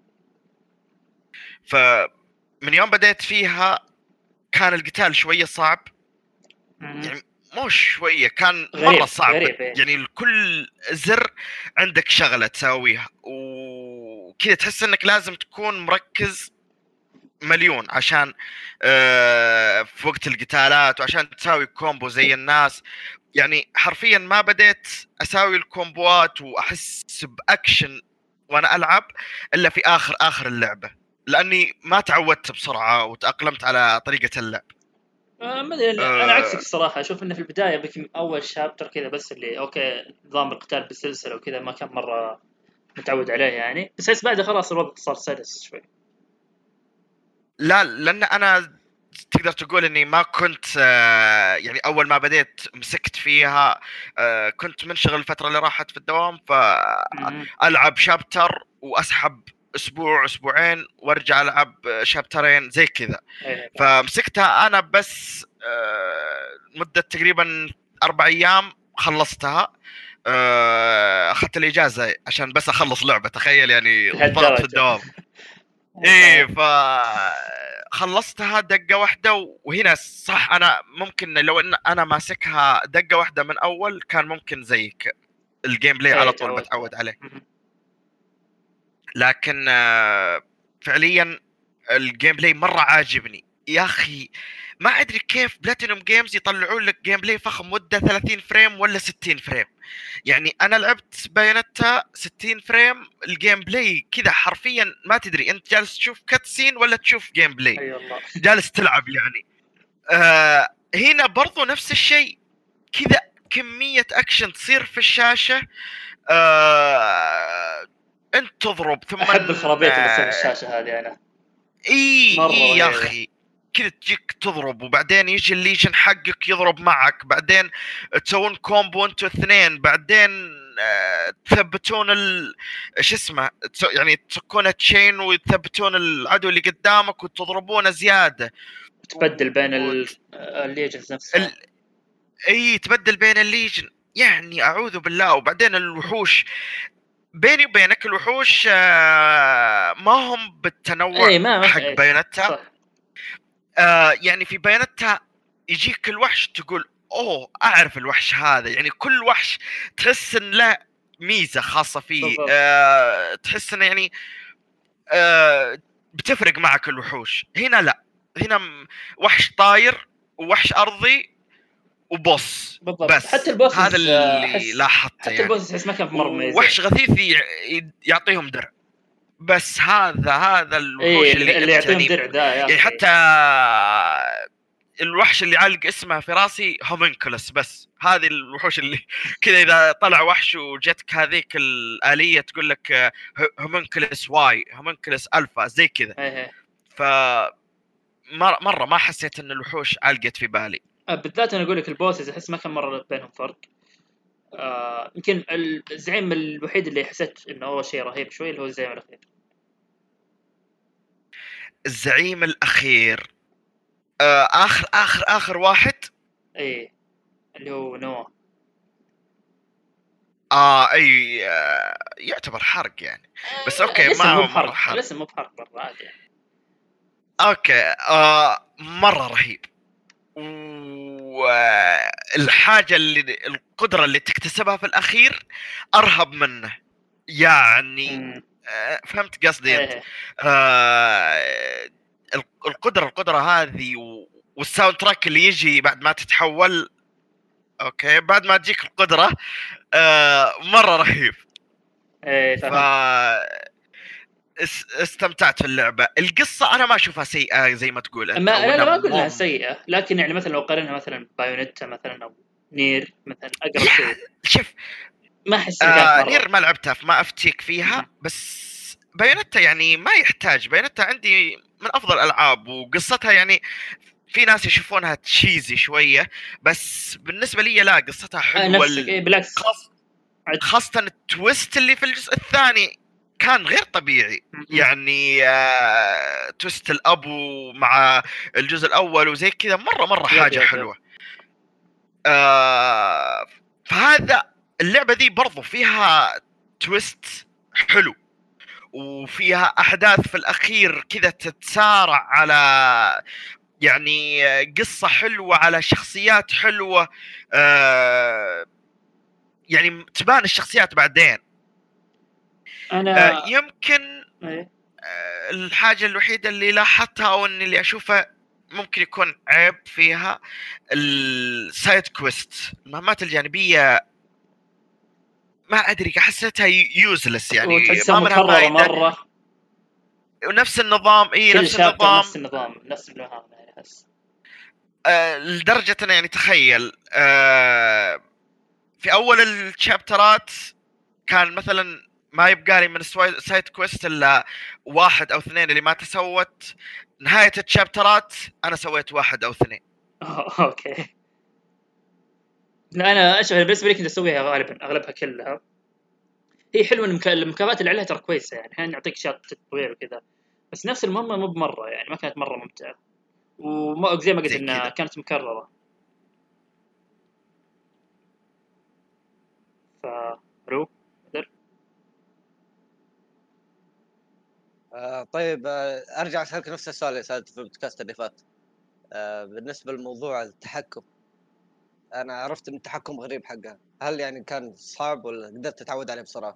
فمن يوم بديت فيها كان القتال شويه صعب، يعني مو شويه، كان مره صعب. غريب. يعني كل زر عندك شغله تسويها، وكذا تحس انك لازم تكون مركز مليون عشان في وقت القتالات، وعشان تساوي كومبو زي الناس. يعني حرفيا ما بديت اساوي الكومبوات واحس باكشن وانا العب الا في اخر اللعبه، لاني ما تعودت بسرعه وتاقلمت على طريقه اللعب. انا عكسك الصراحه، اشوف انه في البدايه بك اول شابتر كذا بس اللي اوكي نظام القتال بالسلسله وكذا ما كان مره متعود عليه يعني، بس احس بعد خلاص الوضع صار سلس شوي. لا، لان انا تقدر تقول اني ما كنت يعني اول ما بديت مسكت فيها، كنت منشغل الفتره اللي راحت في الدوام، فالعب شابتر واسحب اسبوع اسبوعين وارجع العب شابترين زي كذا. فمسكتها انا بس مده تقريبا 4 أيام خلصتها. اخذت الاجازه عشان بس اخلص لعبه، تخيل يعني ضغط في الدوام. ايه فخلصتها دقه واحده. وهنا صح انا ممكن لو ان انا ماسكها دقه واحده من اول كان ممكن زيك الجيم بلاي على طول بتعود عليه. لكن فعليا الجيم بلاي مره عاجبني يا اخي. ما ادري كيف بلاتينوم جيمز يطلعون لك جيم بلاي فخم مده 30 فريم ولا 60 فريم. يعني انا لعبت بايونيتا 60 فريم، الجيم بلاي كذا حرفيا ما تدري انت جالس تشوف كاتسين ولا تشوف جيم بلاي. اي والله جالس تلعب يعني. هنا برضو نفس الشيء، كذا كميه اكشن تصير في الشاشه. انت تضرب ثم احب الخرابيط اللي تصير في الشاشه هذه انا. اي يا اخي كذا تجيك تضرب، وبعدين يجي الليجن حقك يضرب معك، بعدين تسوون كومبو انتوا اثنين، بعدين تثبتون شو اسمه يعني تسكون تشين وتثبتون العدو اللي قدامك وتضربونه زياده، تبدل بين الليجنز نفسها. اي تبدل بين الليجن، يعني اعوذ بالله. وبعدين الوحوش بيني وبينك الوحوش ما هم بالتنوع حق بايونيتا. يعني في بايونيتا يجيك الوحش تقول اوه اعرف الوحش هذا، يعني كل وحش تحس ان له ميزه خاصه فيه. تحس انه يعني بتفرق معك الوحوش. هنا لا، هنا وحش طاير ووحش ارضي وبوس بالضبط. بس حتى البوس هذا اللي لاحظته. حتى يعني البوس تحس ما كان في مره مميز. وحش غثيث يعطيهم درع بس، هذا الوحوش اللي يعطيهم درع ده يعني حتى الوحش اللي علق اسمه في راسي هومنكلس. بس هذه الوحوش اللي كذا اذا طلع وحش وجتك هذيك الآلية تقول لك هومنكلس واي هومنكلس الفا زي كذا. ف مرة ما حسيت ان الوحوش علقت في بالي. بالذات انا اقول لك البوسز احس ما كان مره بينهم فرق. يمكن الزعيم الوحيد اللي حسيت انه هو شيء رهيب شوي اللي هو الزعيم الاخير. الزعيم الاخير اخر واحد، ايه اللي هو نوا. اي يعتبر حرق يعني، بس اوكي ما هو مره حرق. لسه مو بحرق مره عادي يعني. اوكي مره رهيب. والحاجه القدره اللي تكتسبها في الاخير ارهب منه يعني. فهمت قصدي انت؟ القدره هذه والساوند تراك اللي يجي بعد ما تتحول، اوكي بعد ما تجيك القدره مره رهيب. استمتعت في اللعبه. القصه انا ما اشوفها سيئه زي ما تقول انت. انا ما اقول انها سيئه، لكن يعني مثلا لو قارنها مثلا بايونيتا مثلا او نير مثلا اقرب شيء. شوف ما احس نير ما لعبتها فما افتيك فيها. بس بايونيتا يعني ما يحتاج. بايونيتا عندي من افضل الالعاب، وقصتها يعني في ناس يشوفونها تشيزي شويه، بس بالنسبه لي لا، قصتها حلوه. بالعكس خاصه التويست اللي في الجزء الثاني كان غير طبيعي. يعني تويست الابو مع الجزء الاول وزي كذا مره حاجه حلوه. فهذا اللعبه دي برضو فيها تويست حلو، وفيها احداث في الاخير كذا تتسارع على يعني قصه حلوه على شخصيات حلوه. يعني تبان الشخصيات بعدين. انا يمكن إيه. الحاجه الوحيده اللي لاحظتها او اللي اشوفها ممكن يكون عيب فيها السايد كويست، المهمات الجانبيه ما ادري حسيتها يوزلس، يعني وتحسها ما منها مكررة فائده. مرة، ونفس النظام، كل نفس شابتر النظام. نفس النظام نفس المهام يعني أحس. لدرجه انه يعني تخيل في اول الشابترات كان مثلا ما يبقى لي من سايد كويست الا 1 أو 2 اللي ما تسوت. نهايه الشابترات انا سويت 1 أو 2. اوكي. لا انا اشعر بالنسبه لي كنت اسويها غالبا اغلبها كلها. هي حلوه المكافآت اللي عليها ترى كويسه، يعني احيانا يعطيك شات تطوير وكذا، بس نفس المهمه مو بمره يعني ما كانت مره ممتعه، زي ما قلت زي انها كذا. كانت مكرره. رو قدر. طيب، ارجع اسالك نفس السؤال اللي سالته في البودكاست اللي فات. بالنسبه لموضوع التحكم، انا عرفت ان التحكم غريب حقها، هل يعني كان صعب ولا قدرت تتعود عليه بسرعه؟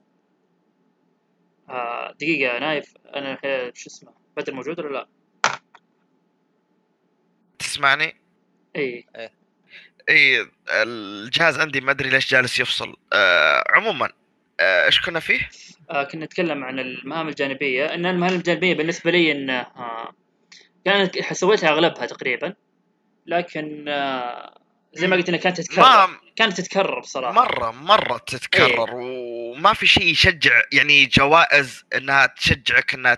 دقيقه نايف، انا شو اسمه بدر موجود ولا لا؟ تسمعني؟ اي اي الجهاز عندي ما ادري ليش جالس يفصل. عموما ايش كنا فيه؟ كنا نتكلم عن المهام الجانبيه، ان المهام الجانبيه بالنسبه لي ان كانت سويتها اغلبها تقريبا، لكن زي ما قلت انها كانت تتكرر، ما كانت تتكرر بصراحه. مرة ايه تتكرر، وما في شيء يشجع، يعني جوائز انها تشجعك انها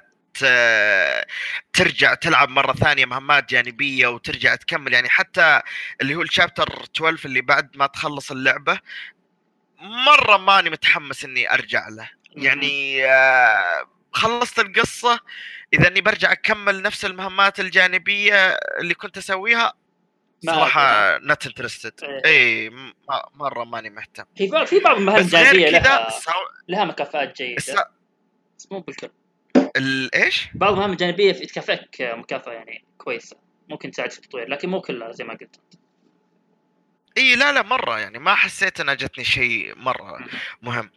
ترجع تلعب مرة ثانية مهمات جانبية وترجع تكمل. يعني حتى اللي هو الشابتر 12 اللي بعد ما تخلص اللعبة مرة ماني متحمس اني ارجع له. يعني خلصت القصة، اذا اني برجع اكمل نفس المهمات الجانبية اللي كنت اسويها ما ادري صراحة not interested. إيه. اي مرة ماني مهتم. في بعض المهام بس غير الجانبيه كذا لها مكافآت جيده، بس مو بالكل. ايش؟ بعض المهام الجانبيه تكافئك مكافاه يعني كويسه، ممكن تساعد في التطوير، لكن مو كلها زي ما قلت. اي لا مرة يعني ما حسيت انها جتني شيء مرة مهم.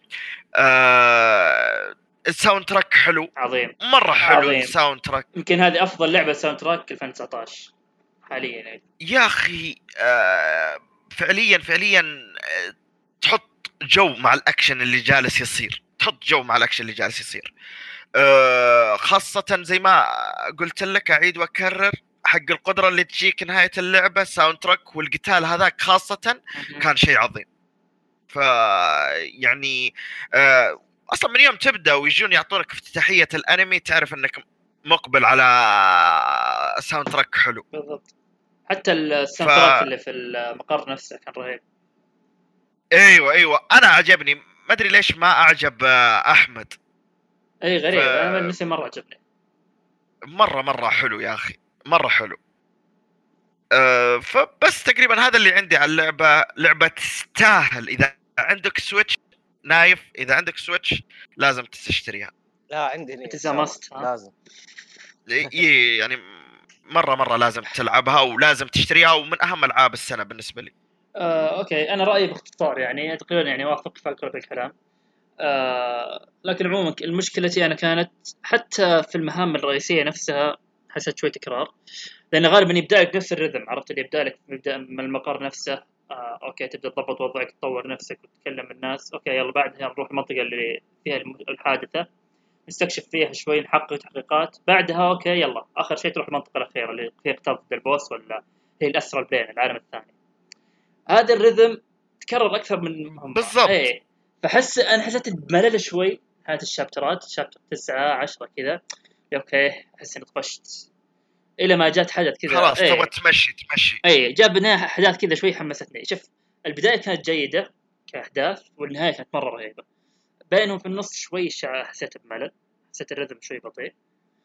الساوند تراك حلو، عظيم مرة حلو عظيم. الساوند تراك. يمكن هذه افضل لعبه ساوند تراك 2019 حاليا يعني. يا اخي فعليا تحط جو مع الاكشن اللي جالس يصير، تحط جو مع الاكشن اللي جالس يصير. خاصة زي ما قلت لك اعيد واكرر، حق القدرة اللي تجيك نهاية اللعبة ساوند تراك والقتال هذاك خاصة كان شيء عظيم. ف يعني اصلا من يوم تبدا ويجون يعطونك افتتاحية الانمي تعرف انك مقبل على ساوند تراك حلو. بالضبط، حتى الساوند تراك اللي في المقر نفسه كان رهيب. ايوه انا عجبني، ما ادري ليش ما اعجب احمد. اي غريب، انا بالنسبه مره عجبني. مرة حلو يا اخي، مرة حلو. فبس تقريبا هذا اللي عندي على اللعبة. لعبة تستاهل. اذا عندك سويتش نايف، اذا عندك سويتش لازم تشتريها. لا عندي نية ماست لازم. يعني مرة لازم تلعبها ولازم تشتريها، ومن اهم العاب السنة بالنسبة لي. اوكي، انا رايي باختصار يعني تقريبا يعني وافق في اغلب الكلام. لكن عموما المشكلتي انا كانت حتى في المهام الرئيسيه نفسها حسيت شوي تكرار، لان غالبا يبدا لك نفس الرذم، عرفت اللي يبدا لك من المقر نفسه. اوكي تبدا تضبط وضعك، تطور نفسك وتتكلم الناس. اوكي يلا بعدها نروح المنطقه اللي فيها الحادثه، نستكشف فيها شوي، نحقق تحقيقات. بعدها اوكي يلا اخر شيء تروح المنطقه الاخيره اللي فيها قتال ضد البوس، ولا هي الاسرى بلين العالم الثاني. هذا الرذم تكرر اكثر من مهمه. بالضبط. ايه، انا حسيت بملل شوي هذه الشابترات، شابتر 9 10 كذا. اوكي احس اني طفشت الى ما جات حدث كذا. خلاص تبغى ايه تمشي. ايه، جاب لنا احداث كذا شوي حمستني. شوف، البدايه كانت جيده كاحداث، والنهايه كانت مره رهيبه. بينهم في النص شوي حسيت بملل، حسيت الرذم شوي بطيء.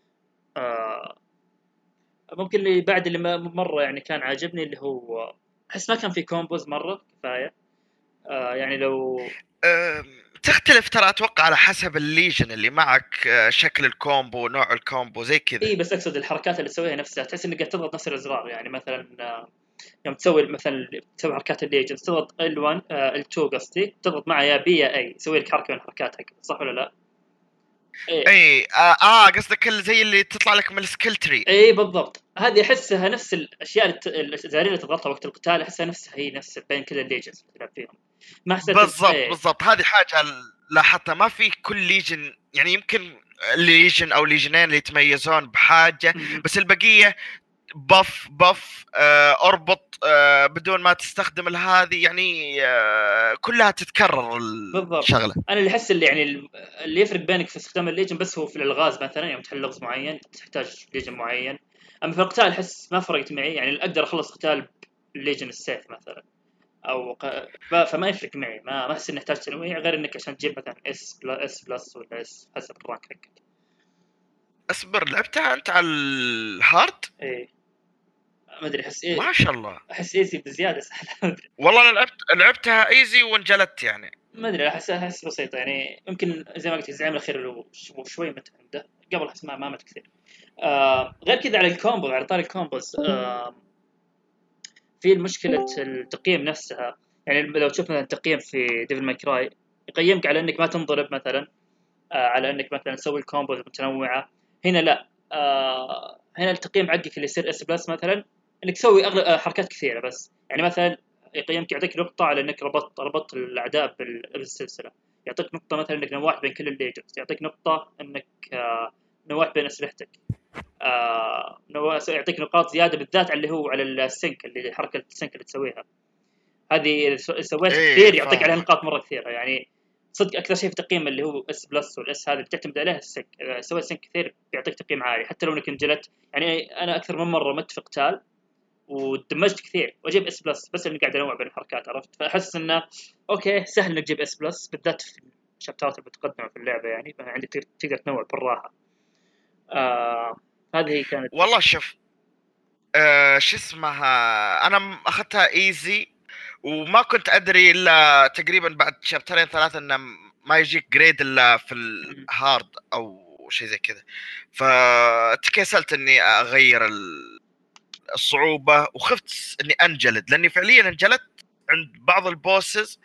ممكن اللي بعد اللي مره يعني كان عاجبني اللي هو احس ما كان في كومبوز مره كفايه. يعني لو تختلف ترى اتوقع على حسب الليجن اللي معك، شكل الكومبو، نوع الكومبو زي كذا. اي بس اقصد الحركات اللي تسويها نفسها تحس انك قاعد تضغط نفس الازرار. يعني مثلا يوم تسوي مثلا تسوي حركات الليجنز تضغط L1 L2 قصدي، تضغط معها يا بي يا اي يسوي لك حركه من حركاتها، صح ولا لا؟ اي قصدك زي اللي تطلع لك من السكيل تري. اي بالضبط، هذه احسها نفس الاشياء الزرارير اللي تضغطها وقت القتال، احسها نفسها هي نفس بين كل الليجنز اللي تلعب فيهم. ما حسيت بالضبط هذه حاجه لاحظتها، ما في كل ليجن، يعني يمكن ليجن او ليجنين اللي يتميزون بحاجه، بس البقيه بف اربط بدون ما تستخدم هذه، يعني كلها تتكرر الشغله. انا اللي احس اللي يعني اللي يفرق بينك في استخدام الليجن بس هو في الالغاز، مثلا يوم تحل لغز معين تحتاج ليجن معين. اما في القتال احس ما فرقت معي، يعني اقدر اخلص قتال بالليجن السيف مثلا فما يفرق معي، ما احس اني احتاج تنويع غير انك عشان تجيب مثلا اس بلس ولا اس حسب الرانك حقك. اصبر، لعبتها انت على الهارد؟ ايه ما ادري، احس ما شاء الله، احس ايزي بزياده سهله. والله انا لعبتها ايزي وانجلدت يعني. ما ادري، احس بسيطه يعني، يمكن زي ما قلت الزعيم الاخير شوي مت عنده، قبل احس ما مت كثير. غير كذا على الكومبو، على طاري الكومبوز في مشكله التقييم نفسها. يعني لو تشوف مثلا التقييم في ديفل ماي كراي يقيمك على انك ما تنضرب مثلا، على انك مثلا تسوي الكومبوز متنوعه. هنا لا، هنا التقييم حقك اللي يصير اس بلس مثلا انك تسوي اغلب حركات كثيره، بس يعني مثلا يقيمك يعطيك نقطه على انك ربطت الاعداء بالسلسله، يعطيك نقطه مثلا انك نوعت بين كل الليجنز، يعطيك نقطه انك نوعت بين اسلحتك، يعطيك نقاط زياده بالذات على اللي هو على السنك، اللي حركه السنك اللي تسويها هذه سويتها كثير يعطيك عليها نقاط مره كثيره. يعني صدق اكثر شيء في التقييم اللي هو اس بلس والاس هذا بتعتمد عليه السنك، اذا سويت سنك كثير بيعطيك تقييم عالي حتى لو انك انجلت. يعني انا اكثر من مره مت في قتال ودمجت كثير واجيب اس بلس بس اني قاعد انوع بين الحركات، عرفت؟ فاحس انه اوكي سهل انك تجيب اس بلس بالذات في الشابترات المتقدمه في اللعبه، يعني عندك تقدر تنوع بالراحه. هذه كانت والله شوف، شو اسمها، انا اخذتها ايزي وما كنت ادري الا تقريبا بعد شابترين ثلاثه انه ما يجيك جريد الا في الهارد او شيء زي كذا، فتكسلت اني اغير الصعوبه وخفت اني انجلد، لاني فعليا انجلدت عند بعض البوسز،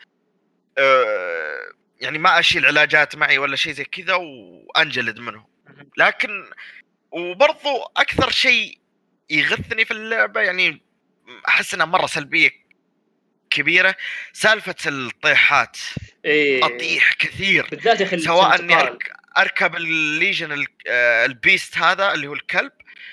يعني ما اشيل علاجات معي ولا شيء زي كذا وانجلد منهم. لكن وبرضو اكثر شيء يغثني في اللعبه، يعني احس انها مره سلبيه كبيره، سالفه الطيحات. اطيح كثير بالذات يا اخي، سواء اني اركب الليجن البيست هذا اللي هو الكلب،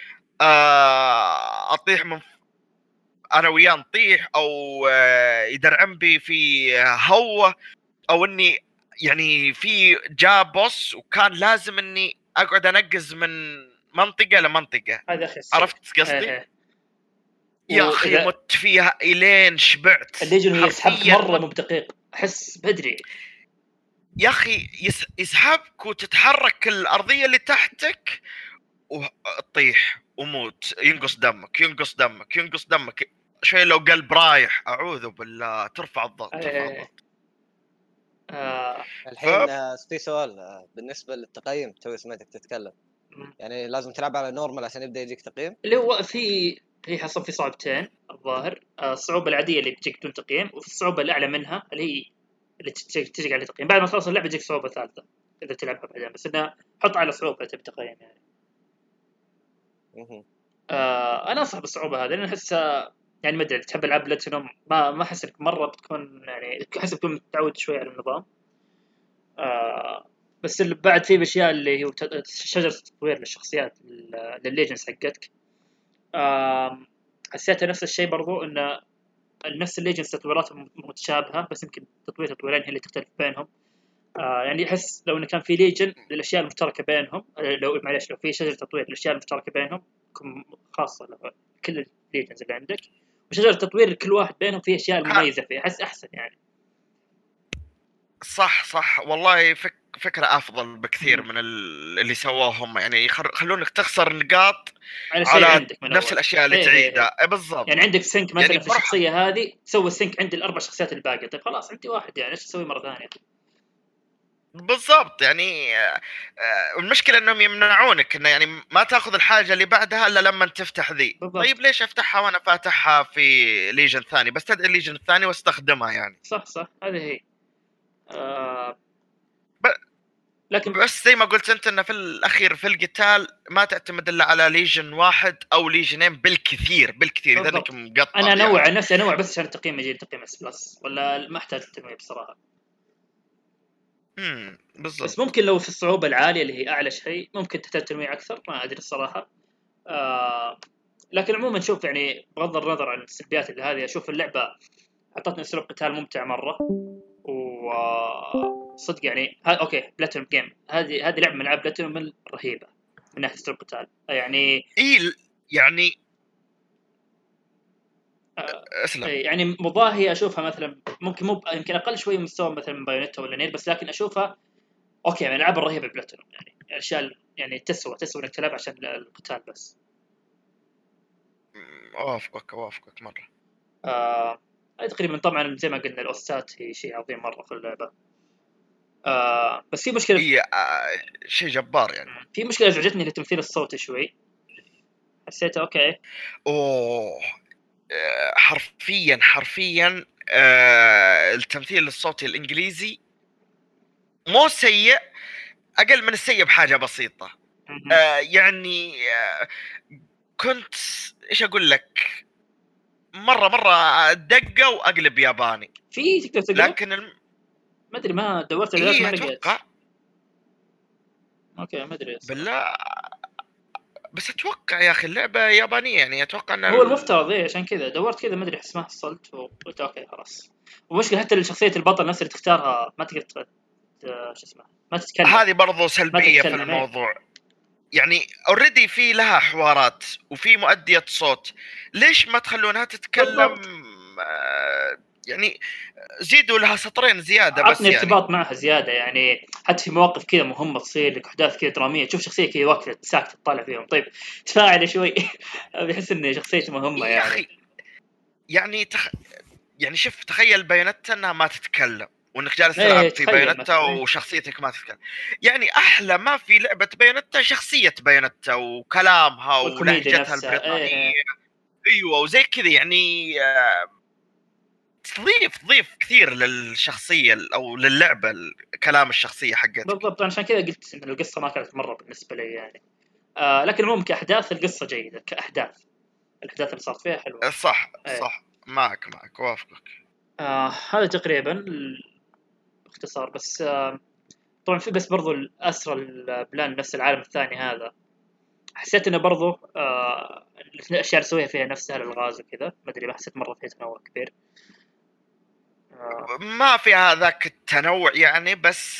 اطيح من انا وياه نطيح، او يدرعم بي في هوه، او اني يعني في جاء بوس وكان لازم اني اقعد انقز من منطقه لمنطقه. عرفت قصدي؟ يا اخي مت فيها الين شبعت. الليجن يسحبك مره مو بدقيق، احس بدري يا اخي يسحبك وتتحرك الارضيه اللي تحتك وتطيح وموت، ينقص دمك شوي، لو قلب رايح اعوذ بالله، ترفع الضغط. الحين في سؤال بالنسبه للتقييم، توي سمعتك تتكلم، يعني لازم تلعب على نورمال عشان يبدا يجيك تقييم؟ اللي هو هي حصل في صعوبتين الظاهر، الصعوبه العاديه اللي بتجيك بدون تقييم، وفي الصعوبه الاعلى منها اللي هي اللي تجيك على تقييم بعد ما تخلص اللعبه، تجيك صعوبه ثالثه اذا تلعبها بعدين، بس انها حط على صعوبه تبي تقييم يعني. انا انصح بالصعوبه هذه لان احسها يعني ما ادري، تحب العاب بلاتينوم ما احس انك مره بتكون يعني احس بتكون متعود شوي على النظام. بس اللي بعد فيه اشياء اللي هو شجره تطوير للشخصيات للليجنز حقتك، حسيت نفس الشيء برضو ان نفس الليجنز تطويراتهم متشابهه، بس يمكن تطويرين هي اللي تختلف بينهم. يعني احس لو انه كان في ليجن للاشياء المشتركه بينهم، لو في شجره تطوير للاشياء المشتركه بينهم تكون خاصه لكل الليجنز اللي عندك، وشجره تطوير لكل واحد بينهم فيه اشياء مميزه فيه، احس احسن يعني. صح والله فكره افضل بكثير من اللي سووه هم، يعني يخلونك تخسر نقاط على شيء على عندك من نفس اول. الاشياء اللي إيه. تعيدها. بالضبط. يعني عندك سينك مثلا يعني في الشخصيه هذه، تسوي السينك عند الاربع شخصيات الباقيه. طيب خلاص عندي واحد، يعني ايش اسوي مره ثانيه؟ بالضبط. يعني المشكله انهم يمنعونك انه يعني ما تاخذ الحاجه اللي بعدها الا لما تفتح ذي. بالضبط. طيب ليش افتحها وانا فاتحها في ليجن ثاني؟ بس تدعي الليجن الثاني واستخدمها يعني. صح هذه هي. ب... لكن بس زي ما قلت انت انه في الاخير في القتال ما تعتمد الا على ليجن واحد او ليجنين بالكثير اذا انك مقطع. انا انوع يعني. عن نفسي، انوع بس عشان التقييم يجي تقييم اس بلس، ولا ما احتاج التنويع بصراحه. بالضبط. بس ممكن لو في الصعوبه العاليه اللي هي اعلى شيء ممكن تحتاج تنويع اكثر، ما ادري الصراحه. لكن عموما شوف، يعني بغض النظر عن السلبيات اللي هذه، اشوف اللعبه اعطتني اسلوب قتال ممتع مره. وصدق يعني اوكي، بلاتينوم جيم هذه لعبه من العاب بلاتينوم الرهيبه من ناحيه اسلوب قتال يعني. يعني اسلم. يعني مضاهيه اشوفها مثلا، ممكن يمكن اقل شوي مستوى مثلا من بايونيتا ولا نير، بس لكن اشوفها اوكي من الالعاب الرهيبه بلاتينوم. يعني الاشياء يعني تسوى انك تلعب عشان القتال بس. اوافقك مره. هذه تقريبا طبعا زي ما قلنا الاوستات هي شيء عظيم مره في اللعبه. بس في مشكله. شيء جبار يعني. في مشكله ازعجتني التمثيل الصوتي شوي، حسيته اوكي. حرفيا التمثيل الصوتي الانجليزي مو سيء، اقل من السيء بحاجه بسيطه. يعني كنت ايش اقول لك، مره دقه واقلب ياباني. في تقدر تقلب، لكن ما ادري، ما دورت على ما لقيت. اتوقع. اوكي ما ادري بالله، بس اتوقع يا اخي اللعبه يابانيه، يعني اتوقع ان هو المفترض عشان كذا دورت كذا، ما ادري احس ما حصلت وقلت اوكي خلاص. ومشكلة حتى شخصيه البطل نفسها اللي تختارها ما تقدر شو اسمه، ما تتكلم. هذه برضو سلبيه في الموضوع. يعني اوريدي في لها حوارات وفي مؤدية صوت، ليش ما تخلونها تتكلم؟ يعني زيدوا لها سطرين زياده بس، عطني ارتباط معها زياده. يعني حتى في مواقف كذا مهمه تصير لك، احداث كذا دراميه، تشوف شخصيه كذا واقفه ساكته تطالع فيهم. طيب تفاعل شوي بحس ان شخصيتي مهمه يعني. اخي يعني شوف، تخيل بايونيتا انها ما تتكلم وانك جالس تلعب في بايونيتا وشخصيتك ما تتكلم. يعني احلى ما في لعبه بايونيتا شخصيه بايونيتا وكلامها ولهجتها البريطانيه. ايوه وزي كذا يعني. تضيف كثير للشخصيه او للعبه كلام الشخصيه حقتك. بالضبط، عشان كذا قلت ان القصه ما كانت مره بالنسبه لي يعني. لكن ممكن احداث القصه جيده، كاحداث الاحداث اللي صارت فيها حلوه. صح معك وافقك. هذا تقريبا باختصار. بس طبعا في بس برضو الاسرى البلان نفس العالم الثاني هذا، حسيت انه برضو الاشياء اللي اسويها فيها نفسها الالغاز وكذا، ما ادري، ما حسيت مره فيها تنوع كبير. ما في هذاك التنوع يعني، بس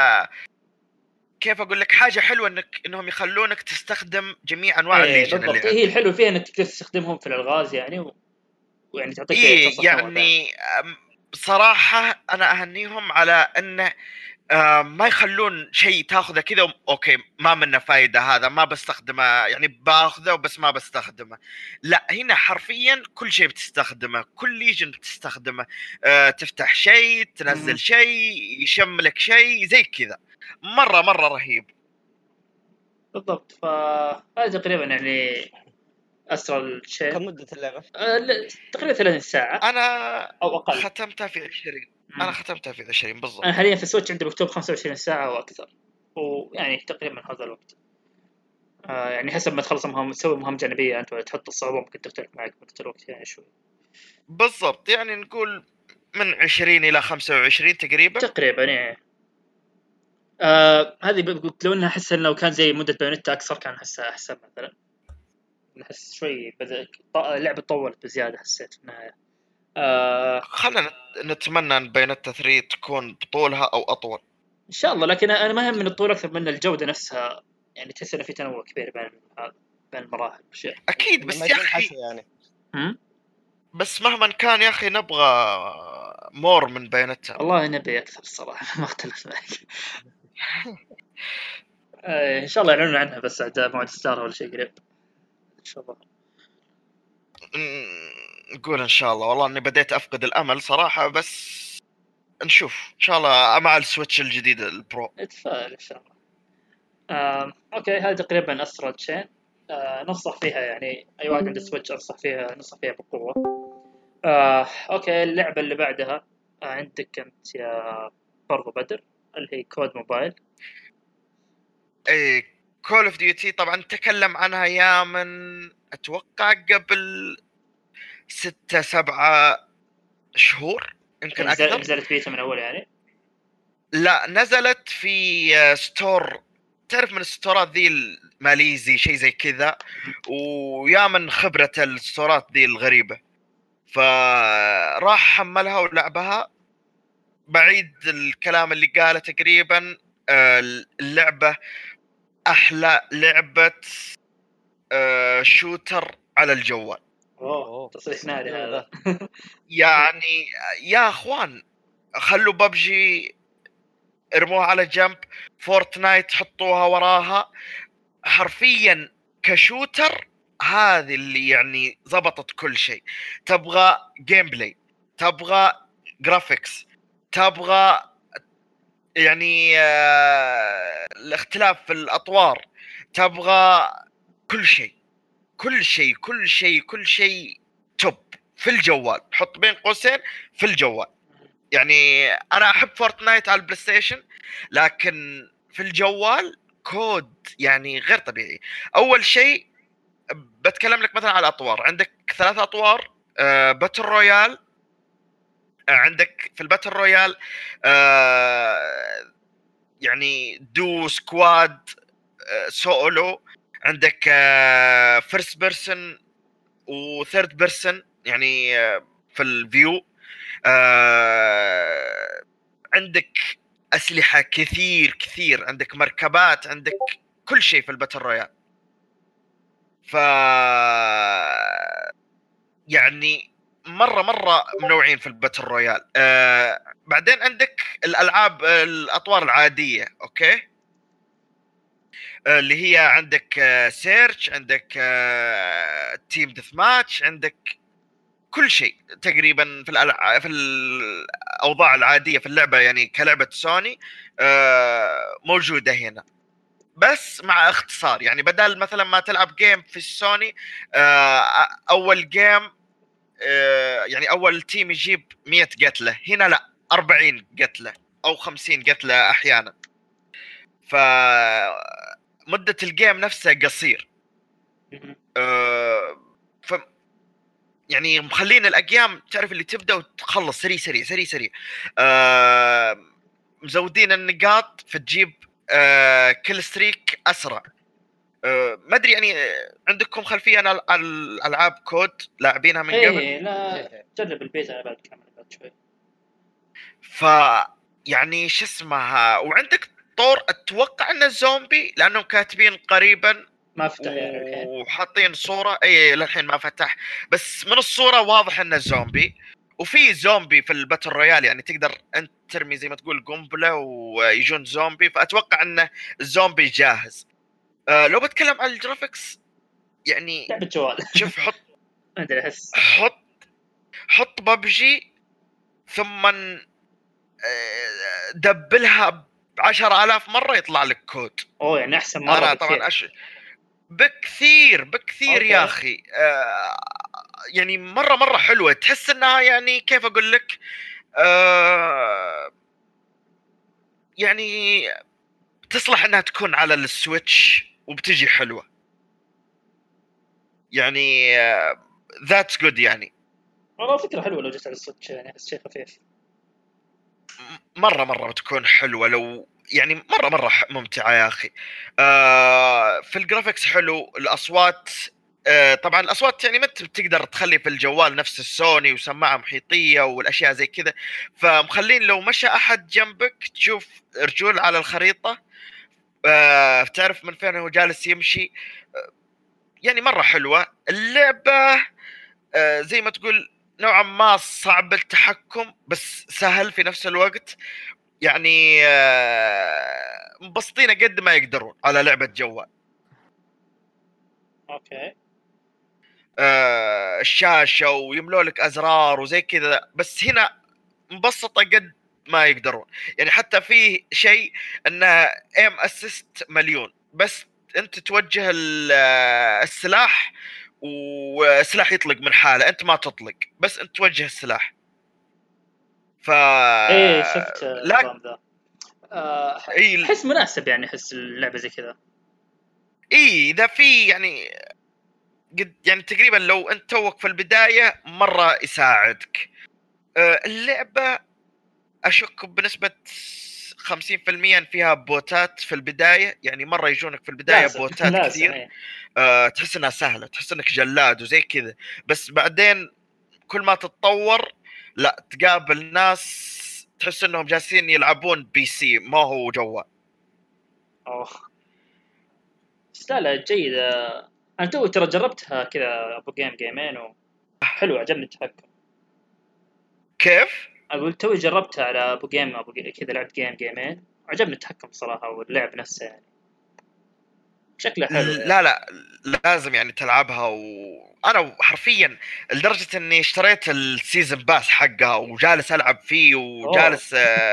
كيف اقول لك، حاجه حلوه انهم يخلونك تستخدم جميع انواع الليجن اللي هي الحلو فيها انك تقدر تستخدمهم في الالغاز يعني ويعني تعطيك يعني بصراحه انا اهنيهم على انه ما يخلون شيء تاخذه كذا اوكي ما منه فايده، هذا ما بستخدمه يعني باخذه بس ما بستخدمه. لا، هنا حرفيا كل شيء بتستخدمه، كل ليجن بتستخدمه. تفتح شيء، تنزل شيء، يشملك شيء زي كذا. مره رهيب. بالضبط. فهذا تقريبا يعني اسرع الشيء. كم مده اللعبه؟ تقريبا 30 ساعه انا او اقل. ختمتها في 20. انا ختمتها في 20 بالضبط. انا حاليا في سويتش عندي مكتوب 25 ساعه واكثر، ويعني تقريبا هذا الوقت. يعني حسب ما تخلص مهام، تسوي مهام جانبيه انت ولا تحط الصعوبه، ممكن تختلف معك مده الوقت يعني شوي. بالضبط، يعني نقول من 20 الى 25 تقريبا يعني. هذه قلت لو انها احس لو كان زي مده بايونيتا اكثر كان احسها احسن مثلا. نحس شوي بدا اللعبه طولت بزياده، حسيت في النهايه. خلنا نتمنى ان بايونيتا 3 تكون بطولها او اطول ان شاء الله. لكن انا ما هم من الطول اكثر من الجوده نفسها، يعني تحس ان في تنوع كبير بين المراحل والاشياء. اكيد، بس يا اخي يعني بس مهما كان يا اخي نبغى مور من بايونيتا. والله نبي اكثر الصراحه ما اختلف معك. ان شاء الله يعلنون عنها بس بعد موعد ستار ولا شيء قريب ان شاء الله. نقول ان شاء الله. والله اني بديت افقد الامل صراحه، بس نشوف ان شاء الله مع السويتش الجديد البرو. اتفائل ان شاء الله. اوكي هذه تقريبا اسرع تشين. ننصح فيها يعني اي واحد عنده سويتش ننصح فيها بقوه. اوكي اللعبه اللي بعدها عندك انت يا برضو بدر اللي هي كود موبايل. اي كول اوف ديوتي طبعا تكلم عنها يا من اتوقع قبل 6-7 شهور يمكن اكثر. نزلت بيتا من اول يعني؟ لا نزلت في ستور، تعرف من الستورات ذي الماليزي شيء زي كذا، ويا من خبرة الستورات ذي الغريبة، فراح حملها ولعبها. بعيد الكلام اللي قاله تقريبا اللعبة أحلى لعبة شوتر على الجوال. اوه تصريح ناري هذا. يعني يا اخوان خلوا ببجي ارموها على جنب، فورتنايت حطوها وراها، حرفيا كشوتر هذه اللي يعني ضبطت كل شيء. تبغى جيم بلاي، تبغى جرافيكس، تبغى يعني الاختلاف في الأطوار، تبغى كل شيء كل شيء كل شيء كل شيء توب في الجوال. حط بين قوسين في الجوال. يعني أنا أحب فورتنايت على البلاي ستيشن، لكن في الجوال كود يعني غير طبيعي. أول شيء بتكلم لك مثلا على الأطوار. عندك 3 أطوار باتل رويال. عندك في الباتل رويال يعني دو سكواد سولو. عندك فيرست بيرسون وثيرد بيرسون يعني في الفيو. عندك أسلحة كثير، عندك مركبات، عندك كل شيء في الباتل رويال. ف يعني مرة منوعين في الباتل رويال. بعدين عندك الألعاب الأطوار العادية أوكي، اللي هي عندك سيرش، عندك تيم ديث ماتش، عندك كل شيء تقريبا في في الأوضاع العادية في اللعبة يعني كلعبة سوني موجودة هنا، بس مع اختصار. يعني بدل مثلا ما تلعب جيم في السوني أول جيم يعني أول تيم يجيب 100 قتلة، هنا لا 40 قتلة أو 50 قتلة أحيانا. فمدة الجيم نفسها قصير. ف يعني مخلين الأقيام تعرف اللي تبدأ وتخلص سريع. مزودين النقاط فتجيب كل ستريك أسرع. ما أدري يعني عندكم خلفية عن الألعاب كود لاعبينها من قبل؟ ايه لا جرب البيتا بعد كمان بعد شوي. يعني شو اسمها. وعندك طور اتوقع انه زومبي لانهم كاتبين قريبا ما فتح يعني الحين وحاطين صورة. اي للحين ما فتح، بس من الصورة واضح انه زومبي. وفي زومبي في الباتل رويال يعني تقدر انت ترمي زي ما تقول قنبلة ويجون زومبي، فاتوقع انه الزومبي جاهز. لو بتكلم عن الجرافيكس يعني لعبة جوال. شوف حط ما ادري احس حط ببجي ثم دبلها ب10,000 مرة يطلع لك كود. اوه يعني احسن مرة أنا بكثير. طبعا بكثير أوكي. يا أخي. يعني مرة حلوة، تحس إنها يعني كيف أقول لك يعني تصلح إنها تكون على السويتش وبتجي حلوة يعني. that's good يعني. والله فكرة حلوة لو جت على السويتش يعني احس شيء خفيف. مرة بتكون حلوة لو يعني مرة ممتعة يا أخي. في الجرافيكس حلو. الأصوات طبعا الأصوات يعني ما تقدر تخلي في الجوال نفس السوني وسماعة محيطية والأشياء زي كذا، فمخلين لو مشى أحد جنبك تشوف رجول على الخريطة تعرف من فين هو جالس يمشي. يعني مرة حلوة اللعبة. زي ما تقول نوعا ما صعب التحكم بس سهل في نفس الوقت. يعني مبسطين قد ما يقدرون على لعبه جوال. اوكي. الشاشه ويملوا لك ازرار وزي كذا، بس هنا مبسطه قد ما يقدرون. يعني حتى في شيء انه ايم اسيست مليون، بس انت توجه السلاح والسلاح يطلق من حاله، انت ما تطلق بس انت توجه السلاح. ف ايه شفت لا النظام ذا. اي احس مناسب يعني، احس اللعبه زي كذا. اي اذا في يعني قد يعني تقريبا لو انت توك في البدايه مره يساعدك. اللعبه اشك بنسبه 50% فيها بوتات في البدايه، يعني مره يجونك في البدايه لازم بوتات لازم كثير. إيه. تحس انها سهله، تحس انك جلاد وزي كذا، بس بعدين كل ما تتطور لا تقابل ناس تحس انهم جالسين يلعبون بي سي ما هو جوال. اوه بس لا جيد. انا تو ترى جربتها كذا ابو جيمين حلو، عجبني التحكم. كيف؟ اقول توي جربتها على ابو كذا، لعبت جيمين وعجبني التحكم صراحه، واللعب نفسه يعني شكله حلو يعني. لا لازم يعني تلعبها. وانا حرفيا لدرجه اني اشتريت السيزن باس حقها وجالس العب فيه وجالس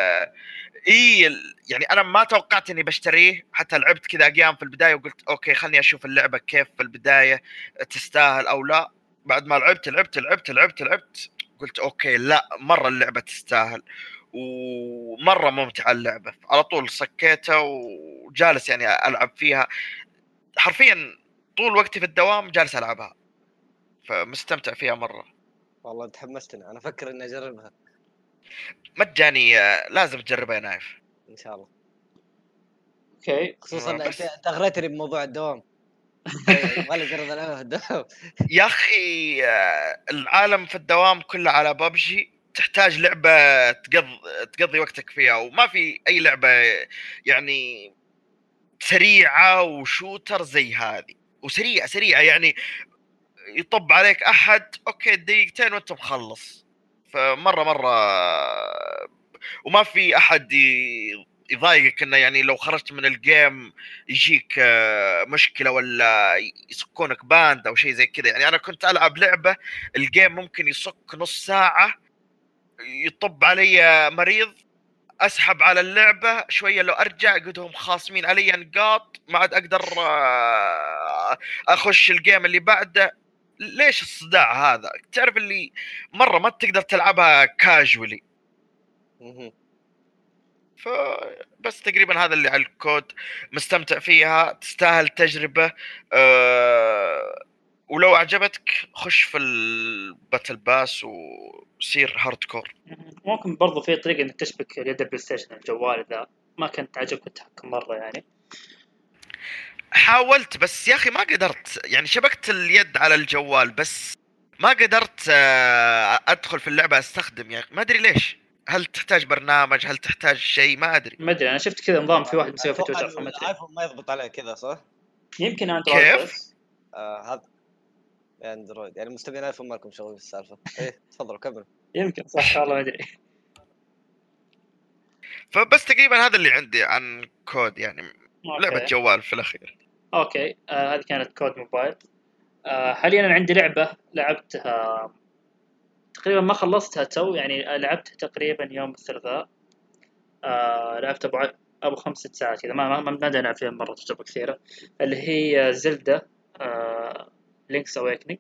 يعني انا ما توقعت اني بشتريه، حتى لعبت كذا ايام في البدايه وقلت اوكي خلني اشوف اللعبه كيف في البدايه تستاهل او لا. بعد ما لعبت قلت اوكي لا مره اللعبه تستاهل ومره ممتعه اللعبه. على طول صكيتها وجالس يعني العب فيها حرفيا طول وقتي في الدوام جالس العبها، فمستمتع فيها مره. والله تحمستني، انا افكر اني اجربها مجاني لازم تجربها يا نايف ان شاء الله. اوكي. خصوصا بس انت اغريتني بموضوع الدوام. يبغى لي اجرب العبها في الدوام. يا اخي العالم في الدوام كله على ببجي، تحتاج لعبه تقضي وقتك فيها، وما في اي لعبه يعني سريعه وشوتر زي هذه. وسريعه يعني يطب عليك احد اوكي دقيقتين وانت مخلص. فمره وما في احد يضايقك انه يعني لو خرجت من الجيم يجيك مشكله ولا يسكونك باند او شيء زي كذا. يعني انا كنت العب لعبه الجيم ممكن يسك نص ساعه، يطب علي مريض، اسحب على اللعبه شويه لو ارجع قدهم خاصمين علي نقاط، ما عاد اقدر اخش الجيم اللي بعده. ليش الصداع هذا؟ تعرف اللي مره ما تقدر تلعبها كاجولي. فبس تقريبا هذا اللي على الكود. مستمتع فيها، تستاهل تجربة. ولو عجبتك خش في الباتل باس وصير هارد كور. ممكن برضو في طريقه انك تشبك اليد البلاي ستيشن الجوال، اذا ما كنت عجبك التحكم مره يعني. حاولت بس يا اخي ما قدرت، يعني شبكت اليد على الجوال بس ما قدرت ادخل في اللعبة استخدم. يعني ما ادري ليش، هل تحتاج برنامج، هل تحتاج شيء، ما ادري. ما ادري، انا شفت كذا نظام في واحد مسوي في اتوقع تويتر، فما ادري. الايفون ما يضبط عليه كذا صح؟ يمكن اندرويد كيف؟ بس. هذا اندرويد، يعني مستخدمين ايفون ما لكم شغل في السالفه. ايه تفضلوا كملوا. يمكن صح والله ما ادري. فبس تقريبا هذا اللي عندي عن كود، يعني لعبة اوكي. جوال في الاخير. اوكي هذه كانت كود موبايل. حاليا انا عندي لعبه لعبتها تقريبا ما خلصتها تو، يعني لعبتها تقريبا يوم الثلاثاء. لعبتها ابو 5 ساعات كذا، ما العب فيها مره تجربه كثيره، اللي هي زلدة لينكس اويكنينج.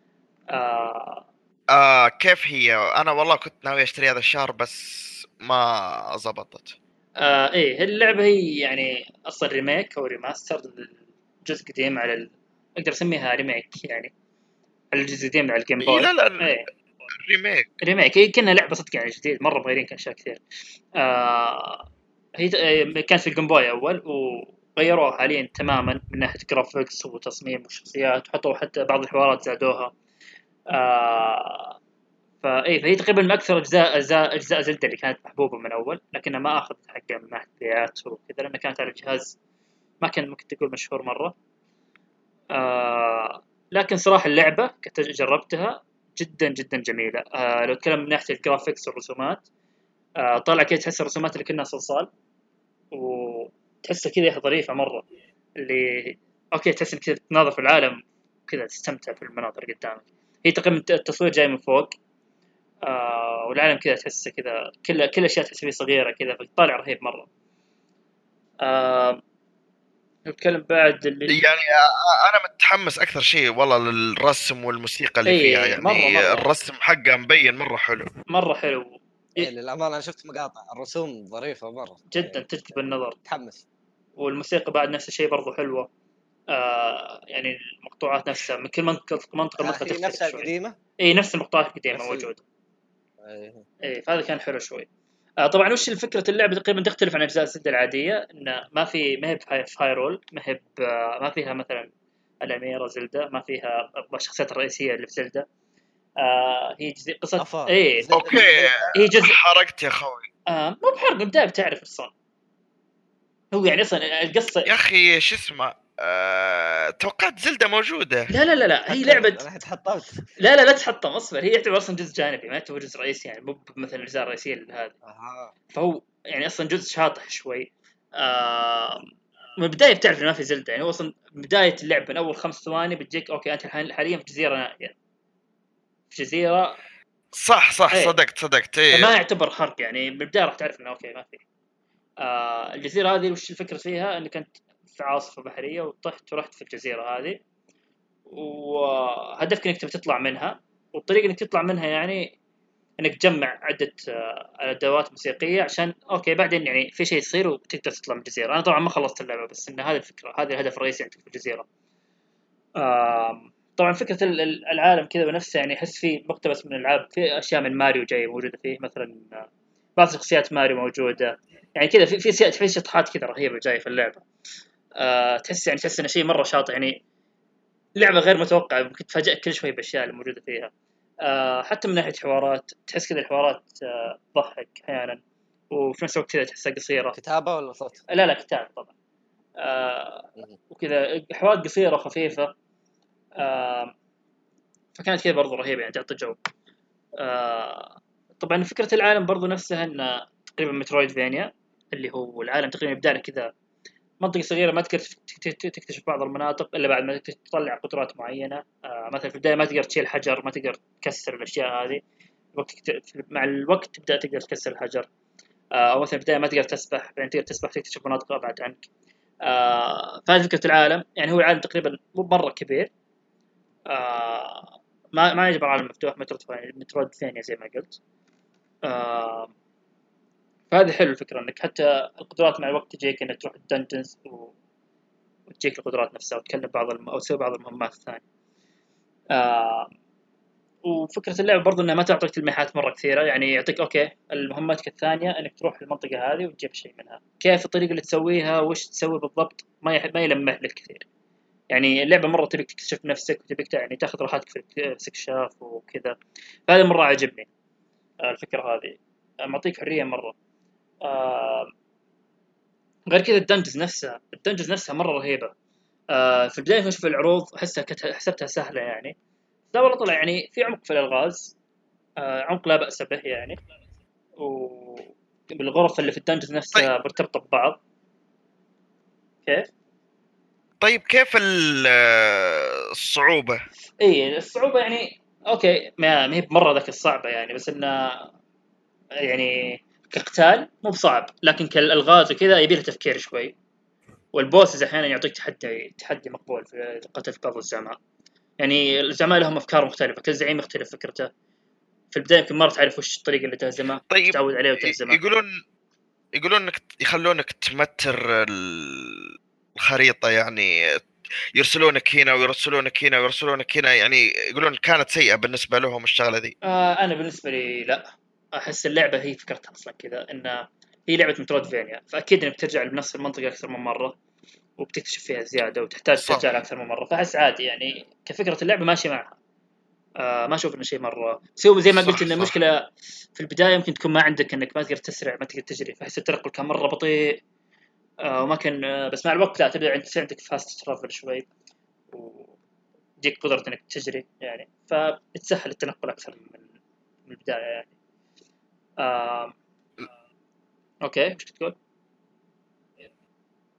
كيف هي؟ انا والله كنت ناوي اشتري هذا الشهر بس ما زبطت. ايه اللعبه هي يعني اصلا ريميك او ريماستر جزء قديم على اقدر اسميها ريميك يعني، على الجزء القديم على الجيم إيه بوي. لا ايه ريميك هي كأنها لعبه صدق يعني جديد مره، مغيرين اشياء كثير. هي كانت في الجيم بوي اول، وغيروها حاليا تماما من ناحيه جرافيكس وتصميم وشخصيات، وحطوا حتى بعض الحوارات زادوها. فهي تقريبا من اكثر اجزاء زلدة اللي كانت محبوبه من اول، لكنها ما اخذت حقها من ناحيه بيعات وكذا، لانها كانت على جهاز ما كان ممكن تقول مشهور مره. لكن صراحه اللعبه كنت جربتها جدا جدا جميله. لو تكلم من ناحيه الجرافيكس والرسومات، طالع كده تحس الرسومات اللي كأنها صلصال، تحسها كذا يا أخي ظريفة مرة، اللي اوكي تحس انك كذا تناظر في العالم كذا، تستمتع في المناظر قدامك. هي تقريبا التصوير جاي من فوق، والعالم كذا تحسه كذا كل اشياء تحس فيه صغيرة كذا، فطالع رهيب مرة. نتكلم بعد اللي يعني انا متحمس اكثر شيء والله للرسم والموسيقى اللي فيها، اي مرة يعني مرة الرسم حقه مبين مره حلو. مرة حلو. إيه للامانه انا شفت مقاطع الرسوم ظريفه مره جدا تجذب النظر. تحمس. والموسيقى بعد نفس الشيء برضو حلوة. يعني المقطوعات نفسها من كل منطقة هي تختلف نفسها شوي. القديمه اي نفس المقطوعات القديمة نفس موجودة. إيه. اي فهذا كان حلو شوي. طبعا وش الفكرة اللعبة تقريبا تختلف عن اجزاء السد العادية، انه ما هي في هايرول، ما فيها مثلا الاميرة زلدة، ما فيها الشخصيات الرئيسية اللي في زلدة. هي قصة افا اي اوكي هي جزء حرقت يا اخوي. مو بحرق، من البداية بتعرف اصلا. هو يعني اصلا القصة. يا اخي شو اسمه توقعت زلدة موجودة. لا هي لعبة. انا حطمت. لا تحطم، اصبر. هي تعتبر اصلا جزء جانبي، ما تعتبر جزء رئيسي، يعني مو مثل الاجزاء الرئيسية هذه. فهو يعني اصلا جزء شاطح شوي. من البدايه بتعرف انه ما في زلده، يعني هو اصلا بدايه اللعبه من اول 5 ثواني بتجيك اوكي انت حاليا في جزيره نائيه، في جزيره. صح ايه صدقت فما ايه. يعتبر حرق، يعني من البدايه راح تعرف انه اوكي ما في. الجزيره هذه وش الفكره فيها؟ انك انت في عاصفه بحريه وطحت ورحت في الجزيره هذه، وهدفك انك تبي تطلع منها. والطريقه انك تطلع منها يعني انك تجمع عده ادوات موسيقيه، عشان اوكي بعدين يعني في شيء يصير وتقدر تطلع من الجزيره. انا طبعا ما خلصت اللعبه، بس ان هذه الفكره، هذا الهدف الرئيسي عندك في الجزيره. طبعا فكره العالم كذا بنفسه، يعني احس فيه مقتبس من الالعاب، في اشياء من ماريو جايه موجوده فيه، مثلا بعض شخصيات ماريو موجوده، يعني كذا في شطحات كذا رهيبه جايه في اللعبه. تحس انه شيء مره شاطئ، يعني لعبه غير متوقعه، ممكن تفاجئك كل شوي بالاشياء اللي موجوده فيها. حتى من ناحيه حوارات تحس كذا الحوارات تضحك احيانا، وفي نفس الوقت كذا تحسها قصيره. كتابه ولا صوت؟ لا كتاب طبعا. وكذا حوارات قصيره وخفيفه. فكانت كذا برضو رهيبه، يعني تعطي جو. طبعا فكره العالم برضو نفسها انه تقريبا مترويد فينيا، اللي هو العالم تقريبا يبدا لك كذا منطقة صغيرة، ما تقدر تكتشف بعض المناطق إلا بعد ما تطلع قدرات معينة. مثلا في البداية ما تقدر تشيل حجر، ما تقدر تكسر الأشياء هذه. مع الوقت تبدأ تقدر تكسر الحجر. أو مثلا في البداية ما تقدر تسبح، بعدين تقدر تسبح تكتشف مناطق أبعد عنك. فهذه فكرة العالم، يعني هو العالم تقريبا مو مرة كبير. ما يعتبر عالم مفتوح، مترويد ثانية زي ما قلت. فهذه حلو الفكرة، انك حتى القدرات مع الوقت تجيك انك تروح الدنجنز وتجيك القدرات نفسها، وتكلم او تسوي بعض المهمات الثانية. وفكرة اللعبة برضو انها ما تعطيك تلميحات مرة كثيرة، يعني يعطيك اوكي المهمات الثانية انك تروح المنطقة هذه وتجيب شيء منها، كيف الطريقة اللي تسويها وش تسوي بالضبط ما يلمح لك كثير. يعني اللعبة مرة تبيك تكتشف نفسك، وتبيك يعني تاخذ راحتك في الاستكشاف وكذا. فهذا مرة عجبني الفكرة هذه، معطيك حرية مرة. غير كذا الدنجز نفسها مرة رهيبة. في البداية كنت أشوف العروض حسبتها سهلة يعني، لا والله طلع يعني في عمق في الألغاز. عمق لا بأس به يعني. وبالغرف اللي في الدنجز نفسها طيب مرتبطة ببعض. كيف؟ طيب كيف الصعوبة؟ اي الصعوبة يعني اوكي ما هي بمرة ذاك الصعبة يعني، بس انه يعني كقتال مو بصعب، لكن كالألغاز وكذا يبي له تفكير شوي. والبوسز احيانا يعطيك تحدي مقبول في قتل بعض الزعماء. يعني الزعماء لهم افكار مختلفه، كل زعيم يختلف فكرته. في البدايه يمكن ما تعرف وش الطريقه اللي تهزمه، طيب تتعود عليه وتهزمه. يقولون انك يخلونك تمتر الخريطة، يعني يرسلونك هنا ويرسلونك هنا ويرسلونك هنا، يعني يقولون كانت سيئة بالنسبة لهم الشغلة ذي. انا بالنسبه لي لا، احس اللعبه هي فكرتها اصلا كذا، ان هي لعبه مترودفينيا، فاكيد انك ترجع لنفس المنطقه اكثر من مره، وبتكتشف فيها زياده وتحتاج ترجع لها صح اكثر من مره. فاحس عادي يعني كفكره اللعبه ماشي معها. ما اشوف انه شيء مره سوي زي ما قلت، ان صح المشكله في البدايه يمكن تكون ما عندك انك ما تقدر تسرع، ما تقدر تجري، فاحس التنقل كان مره بطيء. وما كان بس مع الوقت لا تبدا تصير عندك فاست ترافل شوي، وتجيك قدره انك تجري يعني، فبتسهل التنقل اكثر من البدايه يعني. آه اوكي وش تقول؟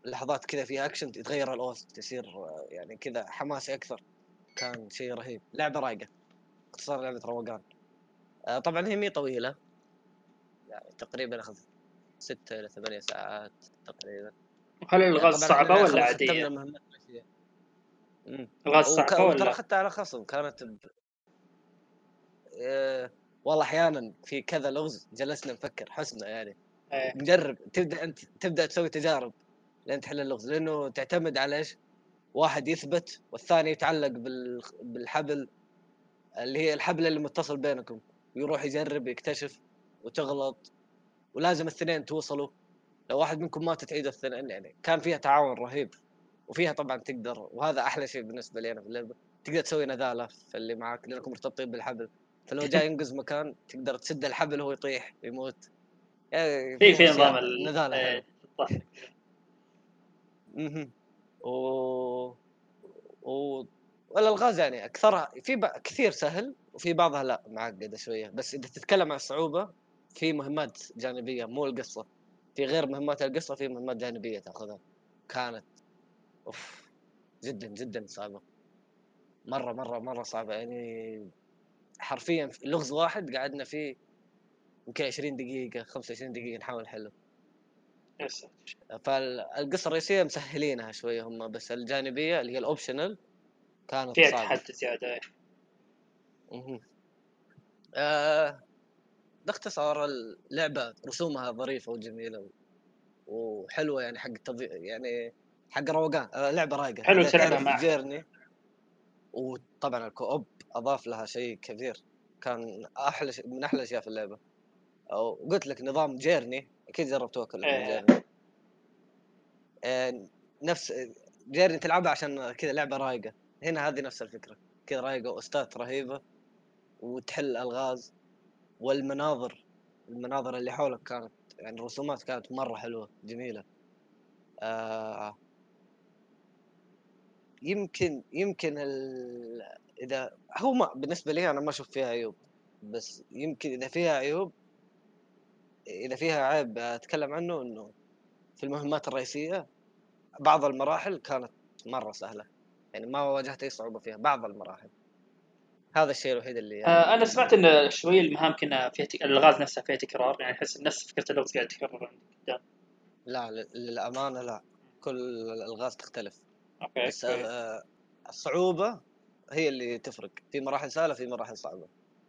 لحظات كذا في اكشن يتغير الاوس تصير يعني كذا حماسي اكثر. كان شيء رهيب. لعبه رايقه، اختصار لعبه روقان. طبعا هي مي طويله، يعني تقريبا اخذ 6 إلى 8 ساعات تقريبا. هل الغاز طبعا صعبة احنا ولا خلص ختمنا عادية؟ المهمات الرئيسيه. الغاز صعبة وترى ولا؟ اخذتها على خصم كانت والله احيانا في كذا لغز جلسنا نفكر حسنا يعني إيه. نجرب. تبدا تسوي تجارب لين تحل اللغز، لانه تعتمد على ايش؟ واحد يثبت والثاني يتعلق بالحبل، اللي هي الحبل اللي متصل بينكم، يروح يجرب يكتشف وتغلط، ولازم الاثنين توصلوا. لو واحد منكم ما تعيد الثنين. يعني كان فيها تعاون رهيب، وفيها طبعا تقدر، وهذا احلى شيء بالنسبه لي انا في اللعبه، تقدر تسوي نذاله في اللي معك لانكم مرتبطين بالحبل. فلو جاي ينقز مكان تقدر تسد الحبل وهو يطيح يموت. يعني في فيها نظام اشياء نذاله حلو. تضحك. اها. و والالغاز يعني اكثرها كثير سهل، وفي بعضها لا معقده شويه. بس اذا تتكلم عن الصعوبه، في مهمات جانبيه مو القصه، في غير مهمات القصه في مهمات جانبيه تاخذها. كانت اوف جدا جدا صعبه، مره صعبه. يعني حرفيا في لغز واحد قعدنا فيه يمكن 20 دقيقه 25 دقيقه نحاول نحله. يس. فالقصه الرئيسيه مسهلينها شويه هم، بس الجانبيه اللي هي الاوبشنال كانت فيها صعبه. تحدي زيادة. مهم. باختصار اللعبة رسومها ظريفة وجميلة وحلوة، يعني حق يعني حق روقان. لعبة رايقة حلو إذا تلعبها تعرف مع أحد. جيرني. وطبعا الكوب أضاف لها شيء كبير، كان أحلى من أحلى الأشياء في اللعبة. أو قلت لك نظام جيرني، أكيد جربتوه كلكم إيه. جيرني. نفس جيرني تلعبها عشان كذا لعبة رايقة. هنا هذه نفس الفكرة، كذا رايقة وأستات رهيبة وتحل ألغاز. المناظر اللي حولك كانت، يعني الرسومات كانت مرة حلوة جميلة. يمكن إذا هو ما بالنسبة لي أنا ما أشوف فيها عيوب، بس يمكن إذا فيها عيب أتكلم عنه، إنه في المهمات الرئيسية بعض المراحل كانت مرة سهلة، يعني ما واجهت أي صعوبة فيها بعض المراحل. هذا الشيء الوحيد اللي أنا أنا ممكن سمعت إن شوية المهام كنا فيها الألغاز نفسها فيها تكرار، يعني أحس نفس فكرة اللغز قاعد تكرر عندي قدام. لا، للأمانة لا، كل الألغاز تختلف. أوكي بس كويس. الصعوبة هي اللي تفرق، في مراحل سهلة في مراحل صعبة.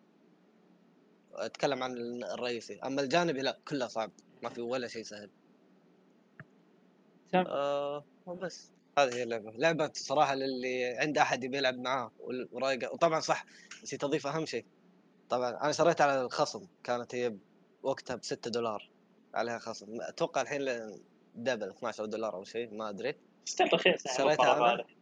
أتكلم عن الرئيسي، أما الجانبي لا كله صعب، ما في ولا شيء سهل. تمام. وبس هذه هي لعبة صراحة للي عنده أحد يبي يلعب معاه ورايقة. وطبعا صح نسيت أضيف أهم شيء، طبعا أنا شريتها على الخصم، كانت هي وقتها $6 عليها خصم. أتوقع الحين دبل $12 أو شيء ما أدري. ستيل رخيص يعني مو شريتها مرة أنا. غالي.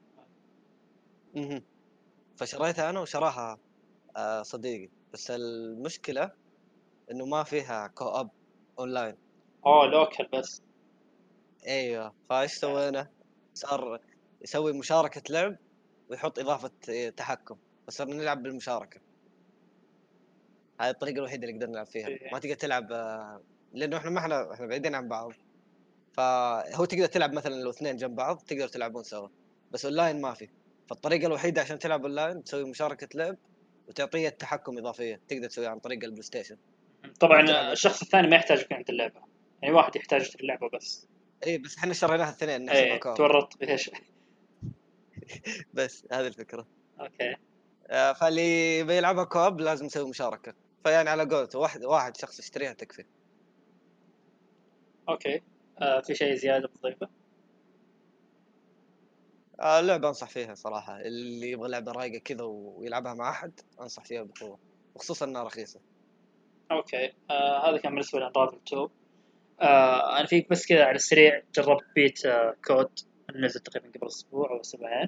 فشريتها أنا وشراها صديقي. بس المشكلة إنه ما فيها كوب أونلاين. لوكال بس. ايوه، فايش سوينا؟ صار يسوي مشاركة لعب ويحط إضافة تحكم، فصرنا نلعب بالمشاركة. هذه الطريقة الوحيدة اللي قدرنا نلعب فيها. ما تقدر تلعب لأنه احنا بعيدين عن بعض. فهو تقدر تلعب مثلا لو اثنين جنب بعض تقدر تلعبون سوا، بس اونلاين ما في. فالطريقة الوحيدة عشان تلعب اونلاين تسوي مشاركة لعب وتعطيه التحكم إضافية تقدر تسويها عن طريق البلاي ستيشن. طبعا وتلعبوا سوا. الشخص الثاني ما يحتاج يكون عند اللعبة، يعني واحد يحتاج يشتري اللعبة بس. اي بس احنا شريناها الاثنين نحسبها ايه كوب. تورط فيها شيء. بس هذه الفكرة. اوكي. فاللي بيلعبها كوب لازم يسوي مشاركة. فيعني على قولته واحد شخص يشتريها تكفي. اوكي. في شيء زيادة بتضيفه؟ اللعبة أنصح فيها صراحة، اللي يبغى لعبة رايقة كذا ويلعبها مع أحد أنصح فيها بقوة، وخصوصا إنها رخيصة. اوكي. هذا كان بالنسبة لأنرافل 2. انا في بس كذا على السريع جربت بيت كود، نزل تقريبا قبل اسبوع او اسبوعين.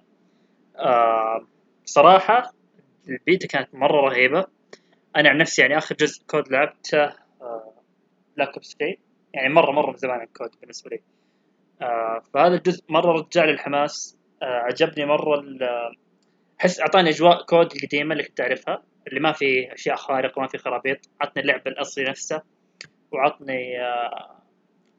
صراحة البيتا كانت مرة رهيبة. انا عن نفسي يعني اخر جزء كود لعبته بلاك اوبس 3، يعني مرة من زمان الكود بالنسبة لي. فهذا الجزء مرة رجع لي الحماس. عجبني مرة حس اعطاني اجواء كود القديمة اللي كنت اعرفها، اللي ما في اشياء خارقة وما في خرابيط. عطني اللعب الاصلي نفسه، وعطني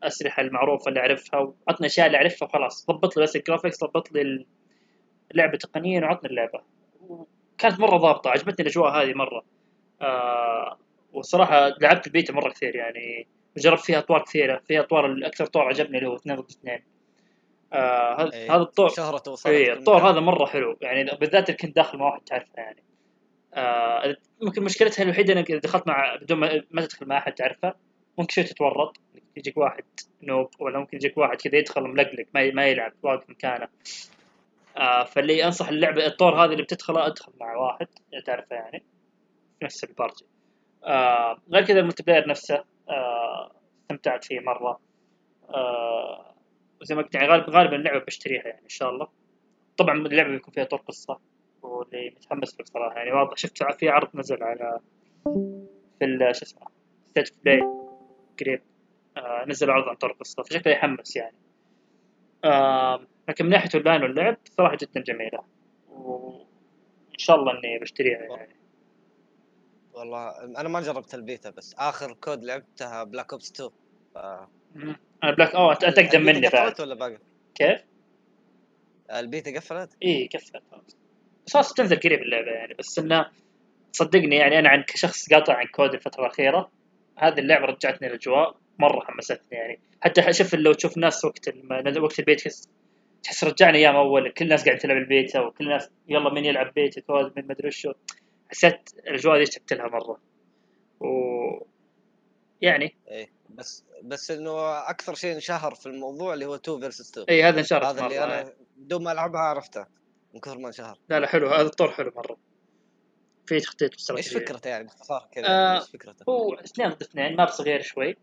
الاسلحه المعروفه اللي اعرفها، وعطني الاشياء اللي اعرفها وخلاص. ضبط لي بس الجرافيكس، ضبط لي اللعبه تقنيا، وعطني اللعبه. وكانت مره ضابطه، عجبتني الاجواء هذه مره. والصراحه لعبت البيتا مره كثير يعني، جربت فيها اطوار كثيره. فيها اطوار، الاكثر طور عجبني اللي هو 2 ضد 2. هذا الطور. شهرته وصلت اي كل الطور مكان. هذا مره حلو يعني، بالذات اللي كنت داخل مع واحد تعرفه يعني. ممكن مشكلتها الوحيده انك اذا دخلت مع بدون ما تدخل مع احد تعرفه، ممكن شوي تتورط، يجيك واحد نوب، ولا ممكن يجيك واحد كذا يدخل ملقلق ما يلعب واقف مكانه. فاللي انصح اللعبه الطور هذه اللي بتدخله، ادخل مع واحد تعرفه يعني في نفس البارتي. غير كذا الملتي بلاير نفسه استمتعت فيه مره. وزي ما قلت يعني غالبا اللعبه بشتريها يعني ان شاء الله. طبعا اللعبه بيكون فيها طور قصه، واللي متحمس له بصراحه يعني. واضح شفت في عرض نزل على في شو اسمه ستيت اوف بلاي قريب، نزل عرض عن طور قصه، فشكله يحمس يعني. لكن من ناحيه اونلاين واللعب صراحه جدا جميله، وان شاء الله اني بشتريها يعني. والله انا ما جربت البيتا، بس اخر كود لعبتها بلاك اوبس 2. انا بلاك انت اقدم مني البيتا بعد. قفلت ولا باقي؟ كيف؟ البيتا قفلت؟ ايه قفلت خلاص، بس تنزل قريب اللعبه يعني. بس انه صدقني يعني، انا عن كشخص قاطع عن كود الفتره الاخيره، هذه اللعبه رجعتني الاجواء مره، حمستني يعني. حتى شوف لو تشوف ناس وقت البيت، تحس رجعنا ايام اول، كل الناس قاعد تلعب البيتا، وكل الناس يلا مين يلعب بيتا كود من مدري شو. حسيت الاجواء دي اشتقت لها مره. و يعني ايه بس انه اكثر شيء انشهر في الموضوع اللي هو 2 فيرسس 2. اي هذا انشرت هذا مره اللي انا بدون ما العبها عرفته من كثر ما انشهر. لا حلو، هذا الطور حلو مره، في تخطيط ايش واستراتيجيه. فكرته يعني باختصار كذا؟ يعني ايش فكرته؟ هو 2 ضد 2، ماب صغير شوي.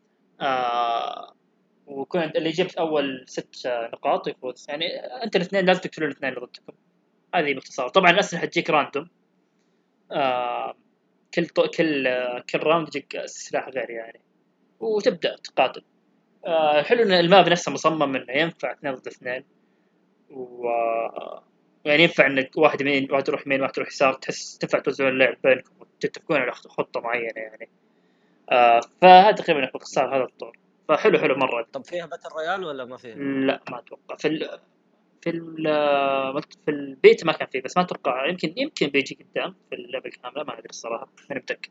وكنت اللي جبت اول 6 نقاط يفوز يعني. انت الاثنين لازم تقتلون الاثنين اللي ضدكم. هذه باختصار. طبعا الاسلحه تجيك راندوم، كل راوند يجيك سلاح غير يعني، وتبدا تقاتل. حلو ان الماب نفسه مصمم انه ينفع 2 ضد 2. و يعني ينفع انك واحد يمين واحد يروح يمين واحد يروح يسار، تنفع توزعون اللعب بينكم وتتفقون على خطه معينه يعني. فهذا تقريبا باختصار هذا الطور. فحلو مره. طب فيها باتل رويال ولا ما فيها؟ لا ما اتوقع في البيت ما كان فيه، بس ما اتوقع. يمكن بيجي قدام في اللعبه الكامله، ما ادري الصراحه، ماني متاكد.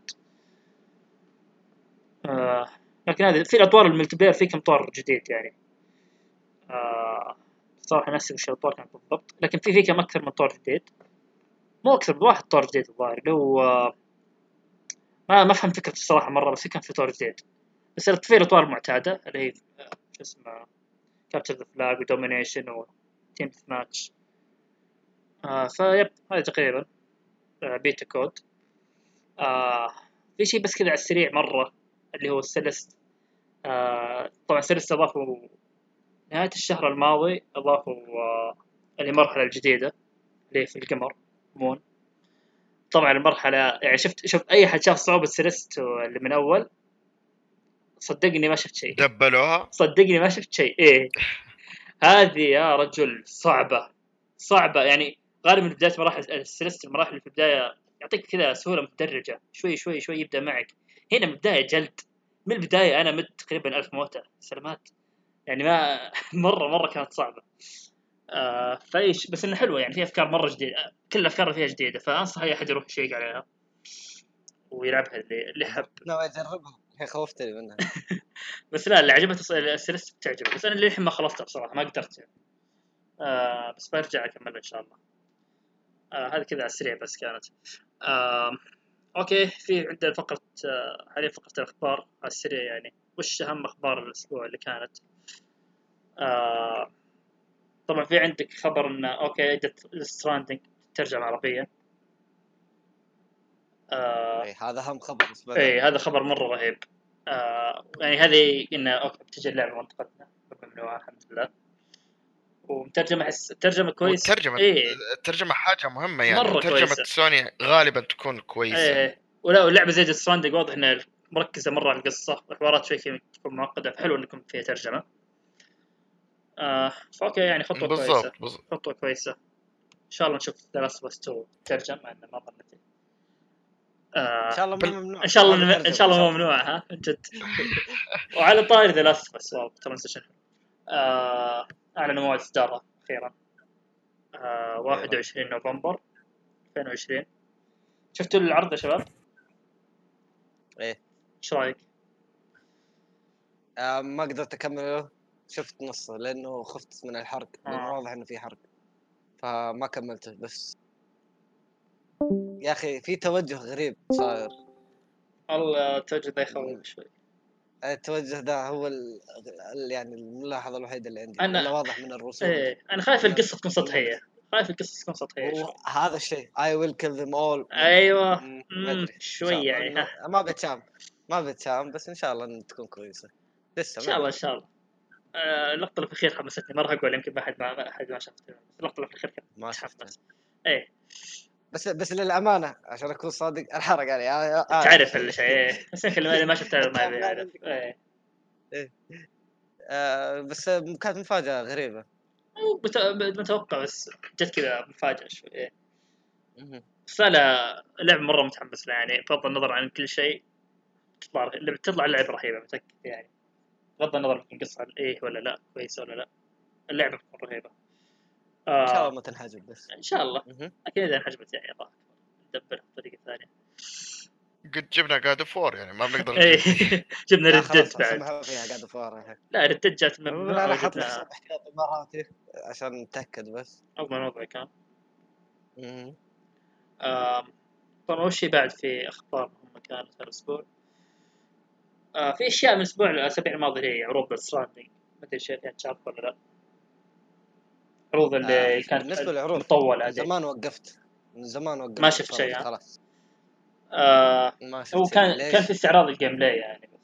لكن هذه في الاطوار الملتي بلاير، في كم طور جديد يعني. صراحه ناسي وش الطور كان بالضبط، لكن في كم اكثر من طور جديد. مو اكثر من واحد طور جديد الظاهر، اللي هو ما فهمت فكرة الصراحة مرة، بس كان في طور جديد. بس في الأطوار المعتادة اللي هي شو اسمه كابتشر ذا فلاج ودومينيشن وتيم ديث ماتش. فيب هذا تقريبا بيتا كود. في شيء بس كذا على السريع مرة، اللي هو السلست. طبعا السلست أضافوا نهاية الشهر الماضي، أضافوا المرحلة الجديدة اللي في القمر مون. طبعا المرحلة يعني شفت أي حد شاف صعوبة سلست اللي من أول، صدقني ما شفت شيء. دبلوها. صدقني ما شفت شيء. إيه هذه يا رجل صعبة يعني. غالبا من بداية مراحل السلست، المراحل اللي في البداية يعطيك كذا سهولة متدرجة، شوي يبدأ معك. هنا من البداية جلد، من البداية أنا مت تقريبا 1000 موتة سلامات يعني. ما مرة كانت صعبة. فايش بس انه حلوه يعني، فيها افكار مره جديده، كل الافكار اللي فيها جديده، فانصح اي احد يروح يشيك عليها ويلعبها اللي حب. ناوي اجربها، الحين خوفتني منها. بس لا، اللي عجبته السلسله بتعجبه، بس انا اللي الحين ما خلصتها بصراحه، ما قدرت. بس برجع اكمل ان شاء الله. هذه كذا على السريع بس كانت. اوكي، في عندنا فقره حاليا فقره الاخبار على السريع يعني. وش اهم اخبار الاسبوع اللي كانت؟ طبعا في عندك خبر ان اوكي ستراندنج ترجم عربيا. هذا اهم خبر بالنسبه لي. اي هذا خبر مره رهيب. يعني هذه انه اوكي بتجي اللعبه منطقتنا ممنوعه الحمد لله، ومترجمه احس ترجمه كويس. الترجمه حاجه مهمه يعني، مرة ترجمه كويسة. سوني غالبا تكون كويسه. ايه ولا اللعبه زي ستراندنج واضح انها مركزه مره على القصه، والحوارات شوي تكون معقده، فحلو انكم فيها ترجمه. فاوكي يعني خطوه كويسه. بالضبط. ان شاء الله نشوف ذا لاست اوف اس 2 ترجم، مع انه ما ظنيت. ان شاء الله مو ممنوع. ان شاء الله هذا ان شاء الله ترجمة. مو ممنوع ها من جد. وعلى طاري ذا لاست بس ترانزيشن اعلنوا موعد اصداره اخيرا 21 نوفمبر 2020. شفتوا العرض يا شباب؟ ايه ايش رايك؟ ما قدرت اكمله، شفت نصه لانه خفت من الحرق لانه واضح انه في حرق فما كملته. بس يا اخي في توجه غريب صاير. والله التوجه ذا يخوف شوي. التوجه ده هو يعني الملاحظه الوحيده اللي عندي. أنا- ولا واضح من الرسوم. ايه انا خايف القصه تكون سطحيه، خايف القصه تكون سطحيه شوي. هذا الشيء I will kill them all. ايوه ما ادري شوي يعني ما بتشام بس ان شاء الله إن تكون كويسه. لسه ان شاء الله ان شاء الله. اللقطه اللي في الأخير حمستني، ما راح اقول يمكن ما حد ما شافته، بس اللقطه اللي في الأخير كانت ما شفتها. متحمس. ايه بس للامانه عشان اكون صادق الحرق يعني تعرف الشيء ايه بس يمكن اللي ما شفته ما بيعرف. ايه بس كانت مفاجاه غريبه. متوقع بس جت كذا مفاجاه شوي. ايه بس لا لعبه مره متحمس لها يعني، بغض النظر عن كل شيء تطلع اللعبه رهيبه متاكد يعني، بغض النظر عن القصه ايه ولا لا كويسه ولا لا، اللعبه بتكون رهيبه. ان شاء الله ما تنحجب بس ان شاء الله اكيد اذا انحجبت يعني الله ندبرها بطريقه ثانيه. قد جبنا قاعد فور يعني ما بنقدر ايه جبنا لا ردد خلاص بعد. اسمها فيها قاعد فوارها. لا ردد جات ممنوعه لا حط وجبناها. احتياط اماراتي عشان نتاكد بس. اضمن وضعي كان. طبعا وش بعد في اخبار مهمه كانت هالاسبوع؟ في اشياء من الاسابيع الماضيه هي عروض ستراندنج، ما ادري ايش كانت شاف ولا لا. عروض اللي كانت بالنسبه للعروض مطوله من زمان وقفت ما شفت شيء خلاص. ما شفت هو شيء. كان في استعراض الجيم بلاي يعني بس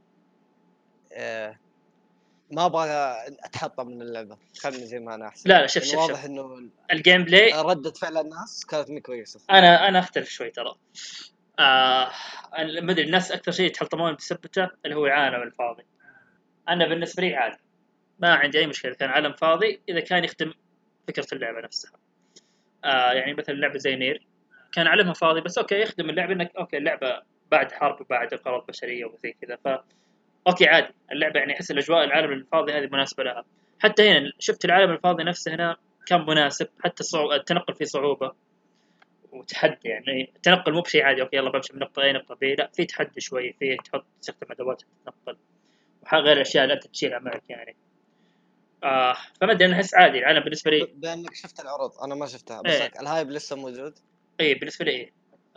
ما ابغى اتحطم من اللعبه، خلني زي ما انا احسن. لا شوف واضح انه الجيم بلاي ردة فعل الناس كانت مو كويسه. انا اختلف شوي ترى. ما ادري الناس اكثر شيء يتحطمون بسبته اللي هو العالم الفاضي. انا بالنسبه لي عادي، ما عندي اي مشكله كان عالم فاضي اذا كان يخدم فكره اللعبه نفسها. يعني مثلا لعبه زي نير كان عالمها فاضي بس اوكي يخدم اللعبه انك اوكي اللعبه بعد حرب وبعد انقراض بشريه وزي كذا، ف اوكي عادي اللعبه يعني احس الاجواء العالم الفاضي هذه مناسبه لها. حتى هنا شفت العالم الفاضي نفسه هنا كان مناسب، حتى التنقل فيه صعوبه وتحدي يعني التنقل مو بشيء عادي اوكي يلا بمشي من نقطه A نقطه B، لا في تحدي شوي، فيه تستخدم ادوات تتنقل وغير الاشياء اللي انت تشيلها معك يعني. فما ادري انا احس عادي العالم بالنسبه لي. بانك شفت العروض انا ما شفتها بس ايه. الهايب لسه موجود. ايه بالنسبه لي ايه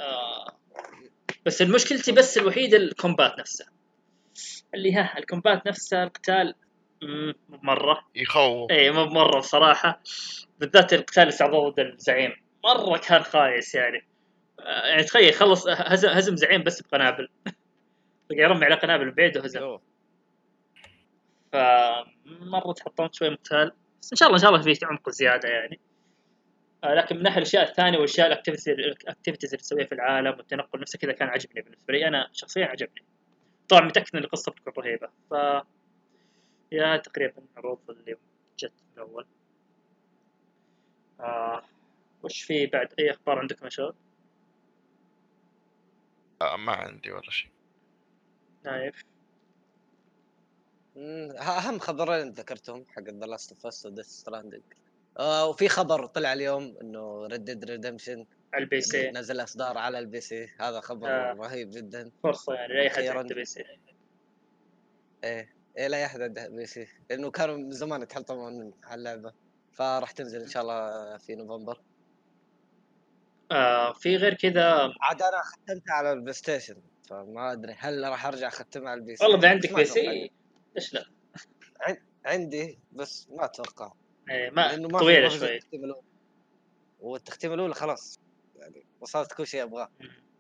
بس المشكلتي بس الوحيده الكومبات نفسه اللي الكومبات نفسه القتال مو مره يخوف. ايه مو مره بصراحه، بالذات القتال استعراض ضد الزعيم مره كان خايس يعني. يعني تخيل خلص هزم زعيم بس بقنابل يرمي على قنابل بعيد وهزم. فمره تحطمت شوي مقتال بس ان شاء الله في عمق زياده يعني. لكن من ناحيه الاشياء الثانيه والاشياء الاكتيفيتيز اللي تسويها في العالم والتنقل نفسه كذا كان عجبني بالنسبه لي انا شخصيا عجبني. طبعا متاكد ان القصه بتكون رهيبه. يا تقريبا العروض اللي جت من اول. وش في بعد اي اخبار عندكم يا شباب؟ ما عندي ولا شيء. نايف اهم خبرين ذكرتهم حق ذا لاست اوف اس وديث ستراندنج. وفي خبر طلع اليوم انه ريد ديد ريدمشن على البي سي نزل اصدار على البي سي. هذا خبر رهيب جدا. فرصه يعني لاي حد عنده بي سي. ايه لا احد عنده بي سي لانه كانوا من زمان يتحلطمون على اللعبه، فراح تنزل ان شاء الله في نوفمبر. في غير كذا عاد انا ختمتها على البلاي ستيشن فما ادري هل راح ارجع اختمها على البي سي. والله اذا عندك بي سي ليش لا؟ عندي بس ما اتوقع ما طويله شوي والتختيم الاولى خلاص يعني وصلت كل شيء ابغاه.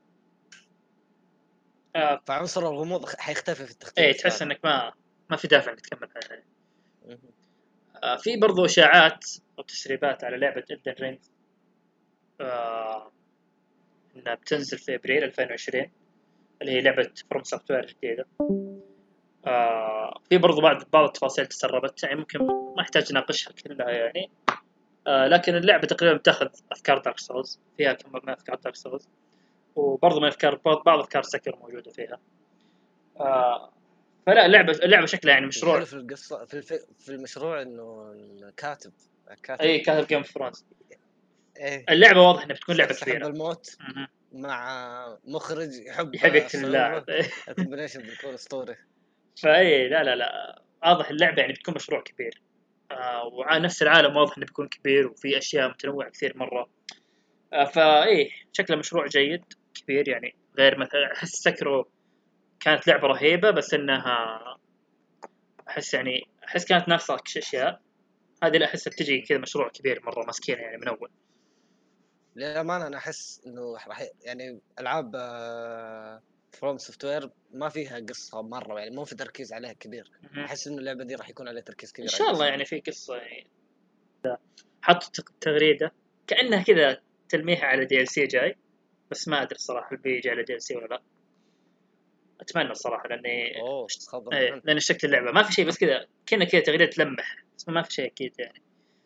فعنصر الغموض حيختفي في التختيم. ايه تحس انك ما في دافع انك تكمل عليه. في برضو اشاعات او تسريبات على لعبه إلدن رينج انها بتنزل في ابريل 2020 اللي هي لعبه فروم سوفت وير جديده. في برضو بعض التفاصيل تسربت يعني ممكن ما يحتاج نناقشها كلها يعني. لكن اللعبه تقريبا بتاخذ افكار دارك سولز، فيها كم من افكار دارك سولز وبرضه من افكار بعض افكار سكر موجوده فيها. فلا اللعبه شكلها يعني مشروع. الحلو في القصه في المشروع انه الكاتب اي كاتب جيم اوف ثرونز. ايه اللعبه واضح انها بتكون لعبه سحب كبيره الموت مع مخرج يحب يحب يقتل اللاعب. الصعوبه. الكومبينيشن بيكون اسطوري. فاي لا واضح اللعبه يعني بتكون مشروع كبير. ونفس العالم واضح انه بيكون كبير وفي اشياء متنوعه كثير مره. فايه شكله مشروع جيد كبير يعني. غير مثلا احس سكرو كانت لعبه رهيبه بس انها احس كانت ناقصه اشياء. هذه لا احسها بتجي كذا مشروع كبير مره مسكينه يعني من اول. للأمانة أنا أحس إنه راح يعني ألعاب فروم سوفت وير ما فيها قصة مرة، يعني مو في تركيز عليها كبير. أحس إنه اللعبة دي راح يكون عليها تركيز كبير ان على شاء الله القصة. يعني في قصه يعني. حطوا تغريده كانها كذا تلميح على دي ال سي جاي، بس ما ادري الصراحه هل بيجي على دي ال سي ولا لا. اتمنى الصراحه لاني خبرنا عنه. لان شكل اللعبه ما في شيء بس كذا كذا تغريده تلمح بس ما في شيء اكيد يعني.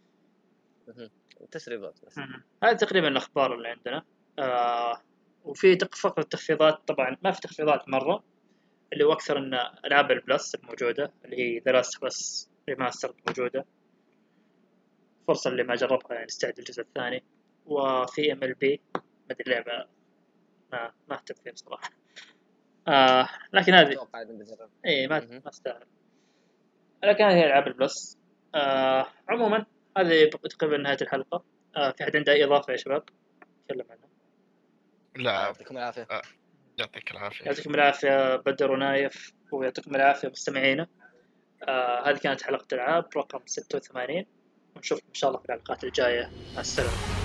تسريبات بس. هذه تقريبا الاخبار اللي عندنا. وفي فقره تخفيضات طبعا ما في تخفيضات مره، اللي هو اكثر ان العاب البلس الموجوده اللي هي ذا لاست بس ريماستر موجوده، فرصه اللي ما جربها يعني يستعد الجزء الثاني. وفي ام ال بي ما ادري اللعبه ما اهتم فيها بصراحه. لكن هذه أتوقع إنه بجرب. اي ما استاهل. لكن هذه العاب البلس. عموما هذه تقريبا نهايه الحلقه. في احد عنده اي اضافه يا شباب تكلم عنها؟ لا يعطيكم العافية. يعطيك العافيه. يعطيكم العافيه بدر ونايف، ويعطيكم العافيه مستمعينا. هذه كانت حلقه العاب رقم 86، ونشوفكم ان شاء الله في الحلقات الجايه. مع السلامه.